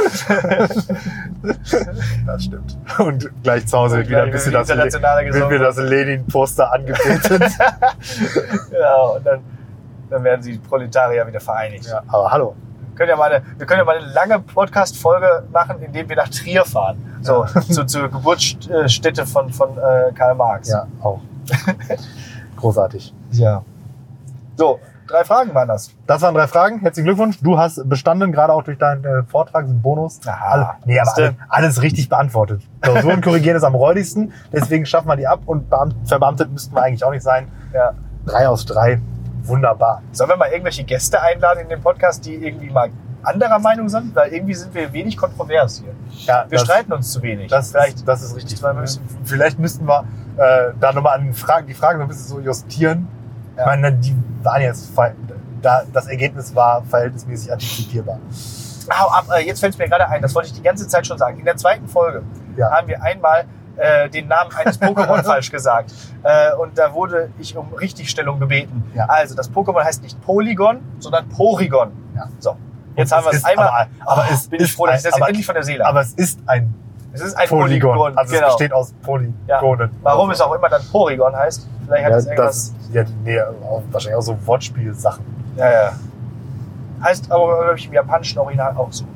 B: Das stimmt. Und gleich zu Hause wird wieder ein
A: Gleich
B: bisschen
A: wird
B: das,
A: internationale
B: wird wieder das Lenin-Poster angebetet.
A: Ja, und dann, dann werden sie Proletarier wieder vereinigt.
B: Ja, aber hallo.
A: Wir können ja mal eine, wir können ja mal eine lange Podcast-Folge machen, indem wir nach Trier fahren. So, zu, zur Geburtsstätte von, von äh, Karl Marx.
B: Ja, auch. Großartig.
A: ja. So, drei Fragen waren das.
B: Das waren drei Fragen. Herzlichen Glückwunsch. Du hast bestanden, gerade auch durch deinen äh, Vortragsbonus.
A: Aha,
B: Alle, nee, aber
A: siehste.
B: alles, alles richtig beantwortet. Klausuren korrigieren ist am räudigsten. Deswegen schaffen wir die ab und beamt, verbeamtet müssten wir eigentlich auch nicht sein.
A: Ja.
B: Drei aus drei. Wunderbar.
A: Sollen wir mal irgendwelche Gäste einladen in den Podcast, die irgendwie mal anderer Meinung sind? Weil irgendwie sind wir wenig kontrovers hier.
B: Ja,
A: Wir
B: das,
A: streiten uns zu wenig.
B: Das,
A: Vielleicht.
B: ist, das ist richtig.
A: müssen wir müssen-
B: Vielleicht müssten wir äh, da nochmal an Fragen, die Fragen so ein bisschen so justieren.
A: Ja.
B: Ich meine, die waren jetzt, ver- da, das Ergebnis war verhältnismäßig antizipierbar.
A: Au, ab, äh, jetzt fällt es mir gerade ein, das wollte ich die ganze Zeit schon sagen. In der zweiten Folge
B: Ja.
A: haben wir einmal äh, den Namen eines Pokémon falsch gesagt. Äh, und da wurde ich um Richtigstellung gebeten.
B: Ja.
A: Also, das Pokémon heißt nicht Polygon, sondern Porygon.
B: Ja.
A: So, jetzt
B: Und
A: haben wir es
B: ist
A: einmal.
B: Aber, aber
A: Oh,
B: es
A: bin ich
B: ist
A: froh, dass
B: ein,
A: ich das
B: aber,
A: endlich von der Seele
B: aber
A: habe.
B: es ist ein
A: Es ist ein
B: Polygon.
A: Polygon.
B: Also
A: genau.
B: es besteht aus Polygonen.
A: Ja. Warum es auch immer dann Porygon heißt. Vielleicht hat
B: Ja,
A: es irgendwas.
B: das, ja, nee, auch, wahrscheinlich auch so Wortspielsachen.
A: Ja, ja. Heißt aber, glaube ich, im japanischen Original auch so.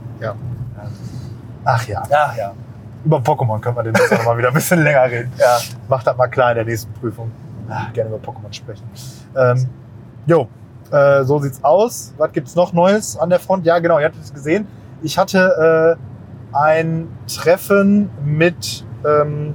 B: Ach ja,
A: Ja, ja.
B: über Pokémon können wir demnächst noch mal wieder ein bisschen länger reden.
A: Ja.
B: Mach das mal klar in der nächsten Prüfung. Ach, gerne über Pokémon sprechen. Ähm, jo, äh, so sieht's aus. Was gibt's noch Neues an der Front? Ja, genau, ihr hattet es gesehen. Ich hatte äh, ein Treffen mit ähm,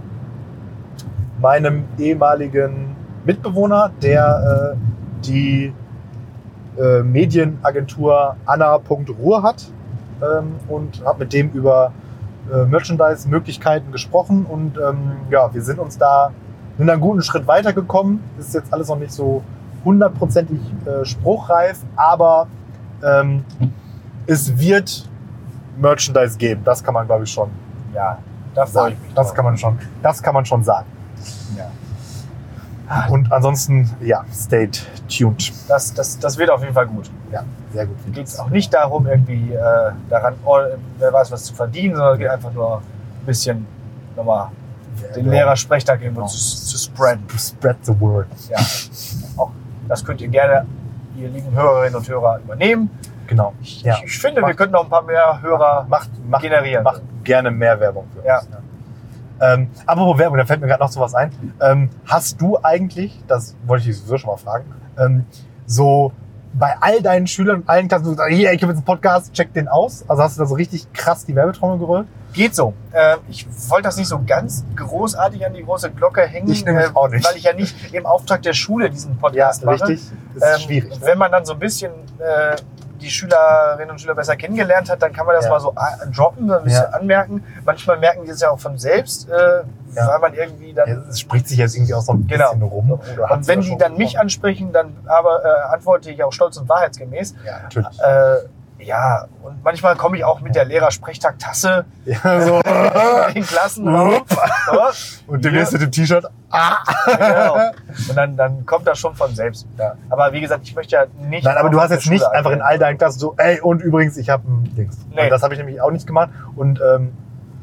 B: meinem ehemaligen Mitbewohner, der äh, die äh, Medienagentur Anna Punkt Ruhr hat, ähm, und habe mit dem über äh, Merchandise-Möglichkeiten gesprochen und ähm, ja, wir sind uns da sind einen guten Schritt weitergekommen. Das ist jetzt alles noch nicht so hundertprozentig äh, spruchreif, aber ähm, es wird Merchandise geben. Das kann man, glaube ich, schon
A: Ja, da freue
B: sagen.
A: ich mich.
B: Das
A: drauf.
B: kann man schon, das kann man schon sagen.
A: Ja.
B: Und ansonsten, ja, stay tuned.
A: Das, das, das wird auf jeden Fall gut.
B: Ja, sehr gut.
A: Geht es auch nicht darum, irgendwie äh, daran, oh, wer weiß was zu verdienen, sondern es geht einfach nur ein bisschen nochmal den Lehrersprechtag irgendwo zu, zu spreaden.
B: To spread the word.
A: Ja, auch das könnt ihr gerne, ihr lieben Hörerinnen und Hörer, übernehmen.
B: Genau.
A: Ich,
B: Ja.
A: ich, ich finde, wir könnten noch ein paar mehr Hörer
B: macht, macht,
A: generieren.
B: Macht gerne mehr Werbung für uns.
A: Ja.
B: Ja. Ähm, apropos Werbung, da fällt mir gerade noch sowas ein. Ähm, hast du eigentlich, das wollte ich dich sowieso schon mal fragen, ähm, so bei all deinen Schülern und allen Klassen, so, hier, ich habe jetzt einen Podcast, check den aus. Also hast du da so richtig krass die Werbetrommel gerollt?
A: Geht so. Äh, ich wollte das nicht so ganz großartig an die große Glocke hängen,
B: Ich nämlich
A: äh,
B: auch nicht.
A: weil ich ja nicht im Auftrag der Schule diesen Podcast mache.
B: richtig. Das ist
A: Ähm,
B: schwierig.
A: Wenn man dann so ein bisschen äh, die Schülerinnen und Schüler besser kennengelernt hat, dann kann man das
B: Ja.
A: mal so a- droppen, so ein bisschen
B: Ja.
A: anmerken. Manchmal merken die es ja auch von selbst, äh,
B: Ja.
A: weil man irgendwie dann...
B: Ja, es spricht sich jetzt irgendwie auch so ein
A: Genau.
B: bisschen rum. Oder hat's
A: Und wenn
B: ja
A: die
B: schon
A: dann mich
B: gesprochen.
A: ansprechen, dann aber äh, antworte ich auch stolz und wahrheitsgemäß.
B: Ja, natürlich.
A: Äh, ja, und manchmal komme ich auch mit der Lehrersprechtag-Tasse
B: Ja, so.
A: in den Klassenraum.
B: Und demnächst mit dem T-Shirt. Ah.
A: Genau. Und dann, dann kommt das schon von selbst.
B: Ja.
A: Aber wie gesagt, ich möchte ja nicht...
B: Nein, aber du hast jetzt nicht
A: Schule
B: einfach in all deinen Klassen so, ey, und übrigens, ich habe ein Dings.
A: Nee.
B: Und das habe ich nämlich auch nicht gemacht. Und ähm,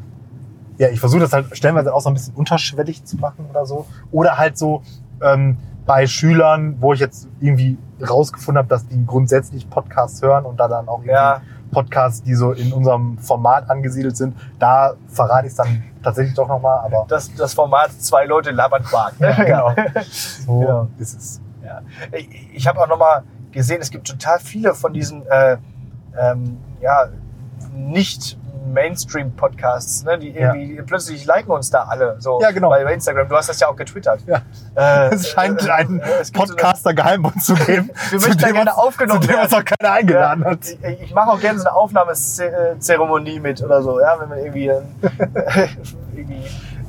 B: ja, ich versuche das halt stellenweise auch so ein bisschen unterschwellig zu machen oder so. Oder halt so ähm, bei Schülern, wo ich jetzt irgendwie rausgefunden habe, dass die grundsätzlich Podcasts hören und da dann auch irgendwie
A: Ja.
B: Podcasts, die so in unserem Format angesiedelt sind, da verrate ich es dann tatsächlich doch nochmal. Aber
A: Das, das Format zwei Leute labern Quark. Ne?
B: genau. So
A: Genau.
B: ist es.
A: Ja. Ich, ich habe auch nochmal gesehen, es gibt total viele von diesen äh, ähm, ja, nicht Mainstream-Podcasts, ne, die irgendwie plötzlich liken uns da alle so
B: Ja, genau.
A: bei bei Instagram. Du hast das ja auch getwittert.
B: Ja.
A: Äh,
B: Es scheint
A: äh,
B: einen
A: äh, es gibt so eine-
B: Podcaster-Geheimbund zu geben.
A: Wir
B: zu
A: möchten da
B: dem
A: gerne
B: uns-
A: aufgenommen
B: zu dem uns
A: werden.
B: auch keiner eingeladen
A: Ja,
B: hat.
A: ich, ich mache auch gerne so eine Aufnahmezeremonie mit oder so, ja, wenn man irgendwie, äh, irgendwie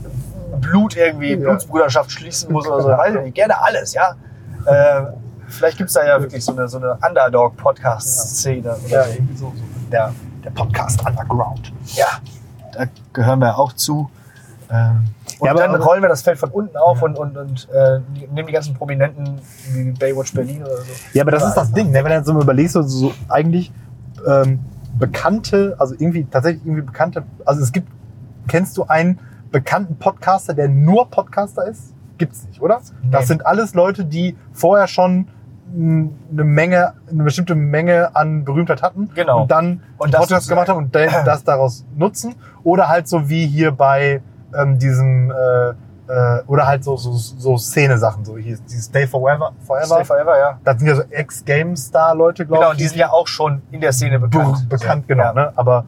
A: Blut irgendwie,
B: Ja.
A: Blutsbruderschaft schließen muss oder so,
B: Genau.
A: weiß ich nicht, gerne alles, ja. Äh, vielleicht gibt es da ja wirklich so eine, so eine Underdog-Podcast-Szene. oder
B: Ja,
A: so.
B: irgendwie so. so.
A: Ja.
B: Der Podcast Underground.
A: ja, da gehören wir auch zu. Ähm, und
B: Ja, aber-
A: dann
B: aber-
A: rollen wir das Feld von unten auf
B: Ja.
A: und, und, und äh, die- nehmen die ganzen Prominenten wie Baywatch Berlin oder so.
B: Ja, aber das ist das Ding, ne? Wenn du jetzt so mal überlegst, so, so eigentlich ähm, bekannte, also irgendwie tatsächlich irgendwie bekannte, also es gibt, kennst du einen bekannten Podcaster, der nur Podcaster ist? Gibt's nicht, oder?
A: Nee.
B: Das sind alles Leute, die vorher schon mh, eine Menge, eine bestimmte Menge an Berühmtheit hatten
A: Genau.
B: und dann
A: Und
B: einen
A: das
B: Podcast
A: ist-
B: gemacht haben und dann das daraus nutzen. Oder halt so wie hier bei ähm, diesem äh, äh, oder halt so, so, so Szene-Sachen, so hier dieses Stay Forever, Forever.
A: Stay Forever, ja.
B: Das sind ja so Ex-Game-Star-Leute, glaube
A: Genau,
B: ich.
A: die sind ja auch schon in der Szene
B: Be
A: bekannt.
B: bekannt,
A: So,
B: genau.
A: Ja.
B: Ne? Aber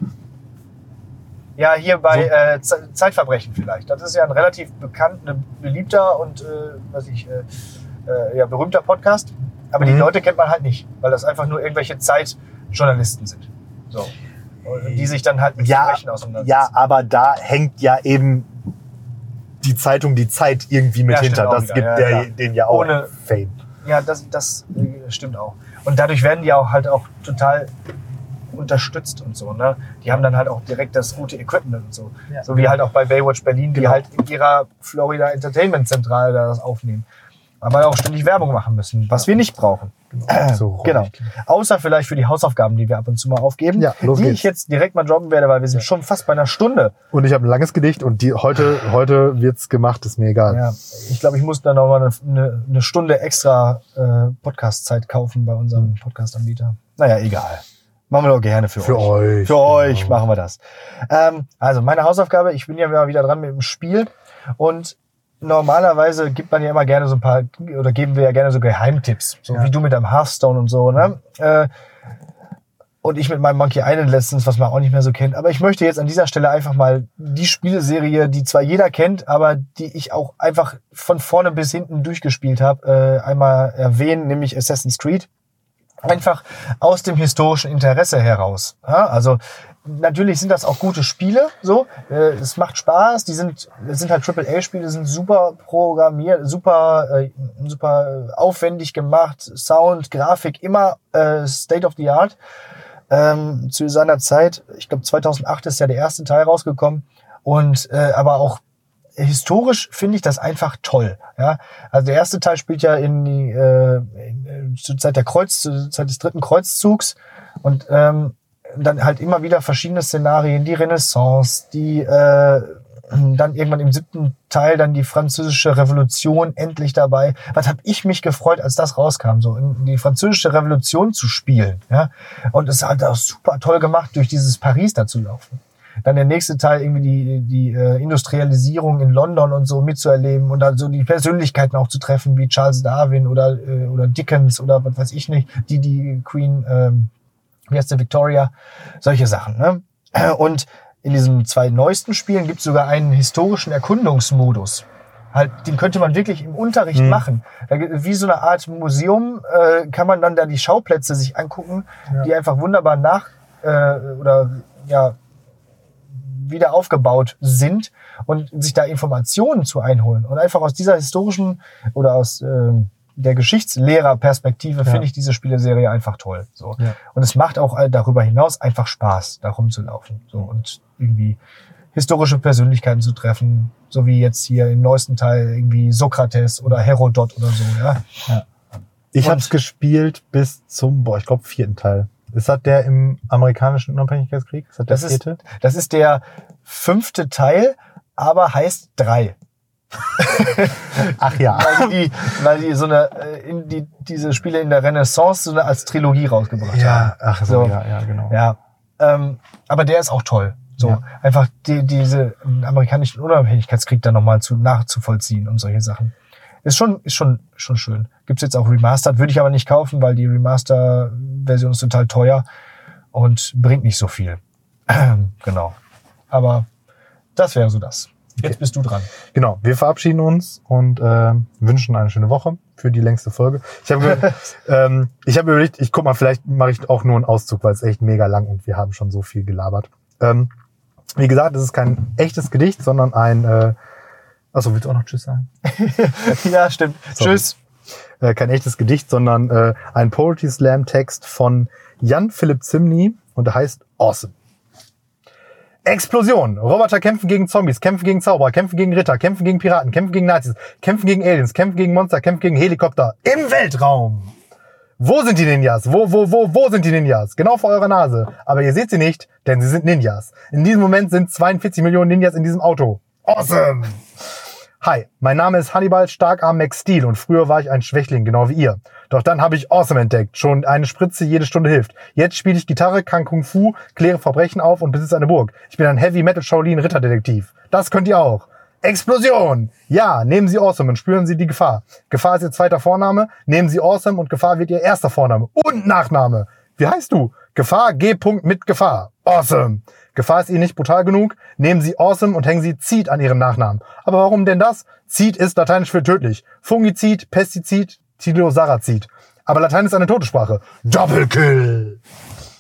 A: Ja, hier bei
B: So.
A: äh, Ze- Zeitverbrechen vielleicht. Das ist ja ein relativ bekannt, ein beliebter und äh, was ich, äh, äh, ja, berühmter Podcast. Aber die
B: Mhm.
A: Leute kennt man halt nicht, weil das einfach nur irgendwelche Zeitjournalisten sind. So. Und die sich dann halt mit
B: ja,
A: Verbrechen auseinandersetzen.
B: ja, aber da hängt ja eben die Zeitung Die Zeit irgendwie mit
A: Ja, stimmt
B: hinter.
A: auch
B: Das
A: wieder.
B: gibt
A: Ja,
B: der,
A: klar.
B: denen ja auch
A: Ohne-
B: Fame.
A: Ja, das, das äh, stimmt auch. Und dadurch werden die auch halt auch total unterstützt und so. Ne? Die haben dann halt auch direkt das gute Equipment und so.
B: Ja.
A: So wie halt auch bei Baywatch Berlin, die
B: Genau.
A: halt in ihrer Florida Entertainment Zentrale da das aufnehmen. Aber auch ständig Werbung machen müssen, was wir nicht brauchen.
B: So
A: Genau. Außer vielleicht für die Hausaufgaben, die wir ab und zu mal aufgeben,
B: Ja, los
A: die
B: geht's.
A: ich jetzt direkt mal droppen werde, weil wir sind schon fast bei einer Stunde.
B: Und ich habe ein langes Gedicht und die, heute, heute wird's gemacht, ist mir egal.
A: Ja, ich glaube, ich muss da noch mal eine, eine, eine Stunde extra äh, Podcast-Zeit kaufen bei unserem Podcast-Anbieter. Naja, egal. Machen wir doch gerne für,
B: Für euch.
A: Für euch
B: genau.
A: machen wir das. Ähm, also meine Hausaufgabe, ich bin ja mal wieder dran mit dem Spiel und normalerweise gibt man ja immer gerne so ein paar, oder geben wir ja gerne so Geheimtipps, so
B: Ja.
A: wie du mit deinem Hearthstone und so, ne? Äh, und ich mit meinem Monkey Island letztens, was man auch nicht mehr so kennt. Aber ich möchte jetzt an dieser Stelle einfach mal die Spieleserie, die zwar jeder kennt, aber die ich auch einfach von vorne bis hinten durchgespielt habe, äh, einmal erwähnen, nämlich Assassin's Creed. Einfach aus dem historischen Interesse heraus. Ja, also natürlich sind das auch gute Spiele, so. Äh, es macht Spaß. Die sind, es sind halt Triple A Spiele, sind super programmiert, super, äh, super aufwendig gemacht. Sound, Grafik, immer äh, State of the Art. Ähm, zu seiner Zeit, ich glaube zweitausendacht ist ja der erste Teil rausgekommen und äh, aber auch historisch finde ich das einfach toll. Ja, also der erste Teil spielt ja in die äh, in, zur Zeit der Kreuz, zur Zeit des dritten Kreuzzugs und ähm, dann halt immer wieder verschiedene Szenarien, die Renaissance, die äh, dann irgendwann im siebten Teil dann die französische Revolution endlich dabei. Was habe ich mich gefreut, als das rauskam, so in die französische Revolution zu spielen. Ja, und es hat auch super toll gemacht, durch dieses Paris da zu laufen. Dann der nächste Teil, irgendwie die, die äh, Industrialisierung in London und so mitzuerleben und dann so die Persönlichkeiten auch zu treffen, wie Charles Darwin oder, äh, oder Dickens oder was weiß ich nicht, die, die Queen, ähm, wie heißt der, Victoria, solche Sachen. Ne? Und in diesen zwei neuesten Spielen gibt es sogar einen historischen Erkundungsmodus. Halt, den könnte man wirklich im Unterricht hm. machen. Da, wie so eine Art Museum äh, kann man dann da die Schauplätze sich angucken, ja. die einfach wunderbar nach äh, oder ja wieder aufgebaut sind und sich da Informationen zu einholen. Und einfach aus dieser historischen oder aus äh, der Geschichtslehrerperspektive ja. finde ich diese Spieleserie einfach toll. So. Ja. Und es macht auch darüber hinaus einfach Spaß, da rumzulaufen. So. Und irgendwie historische Persönlichkeiten zu treffen, so wie jetzt hier im neuesten Teil irgendwie Sokrates oder Herodot oder so. Ja.
B: Ja. Ich habe es gespielt bis zum, boah, ich glaube, vierten Teil. Ist das der im amerikanischen Unabhängigkeitskrieg? Ist das der
A: das vierte? Ist, das ist der fünfte Teil, aber heißt drei.
B: Ach ja.
A: Weil die, weil die so eine, in die, diese Spiele in der Renaissance so eine als Trilogie rausgebracht
B: ja,
A: haben.
B: Ach so, so, ja, ja, genau.
A: Ja, ähm, aber der ist auch toll. So, ja. einfach die, diese amerikanischen Unabhängigkeitskrieg da nochmal zu, nachzuvollziehen und solche Sachen. Ist schon, ist schon, schon schön. Gibt's jetzt auch Remastered, würde ich aber nicht kaufen, weil die Remaster-Version ist total teuer und bringt nicht so viel. Genau. Aber das wäre so das. Jetzt okay. bist du dran.
B: Genau, wir verabschieden uns und äh, wünschen eine schöne Woche für die längste Folge. Ich habe ähm, ich habe überlegt, ich guck mal, vielleicht mache ich auch nur einen Auszug, weil es echt mega lang und wir haben schon so viel gelabert. Ähm, wie gesagt, es ist kein echtes Gedicht, sondern ein äh, Achso, willst du auch noch Tschüss sagen?
A: Ja, stimmt. Sorry. Tschüss.
B: Äh, kein echtes Gedicht, sondern äh, ein Poetry Slam Text von Jan Philipp Zimny und der heißt Awesome. Explosion. Roboter kämpfen gegen Zombies, kämpfen gegen Zauberer, kämpfen gegen Ritter, kämpfen gegen Piraten, kämpfen gegen Nazis, kämpfen gegen Aliens, kämpfen gegen Monster, kämpfen gegen Helikopter im Weltraum. Wo sind die Ninjas? Wo, wo, wo, wo sind die Ninjas? Genau vor eurer Nase. Aber ihr seht sie nicht, denn sie sind Ninjas. In diesem Moment sind zweiundvierzig Millionen Ninjas in diesem Auto. Awesome. Hi, mein Name ist Hannibal Starkarm McSteel und früher war ich ein Schwächling, genau wie ihr. Doch dann habe ich Awesome entdeckt. Schon eine Spritze jede Stunde hilft. Jetzt spiele ich Gitarre, kann Kung Fu, kläre Verbrechen auf und besitze eine Burg. Ich bin ein Heavy Metal Shaolin Ritterdetektiv. Das könnt ihr auch. Explosion! Ja, nehmen Sie Awesome und spüren Sie die Gefahr. Gefahr ist Ihr zweiter Vorname. Nehmen Sie Awesome und Gefahr wird Ihr erster Vorname. Und Nachname. Wie heißt du? Gefahr, G. mit Gefahr. Awesome. Gefahr ist Ihnen nicht brutal genug? Nehmen Sie Awesome und hängen Sie Zid an Ihren Nachnamen. Aber warum denn das? Zid ist lateinisch für tödlich. Fungizid, Pestizid, Tilosarazid. Aber Latein ist eine Totensprache. Doppelkill!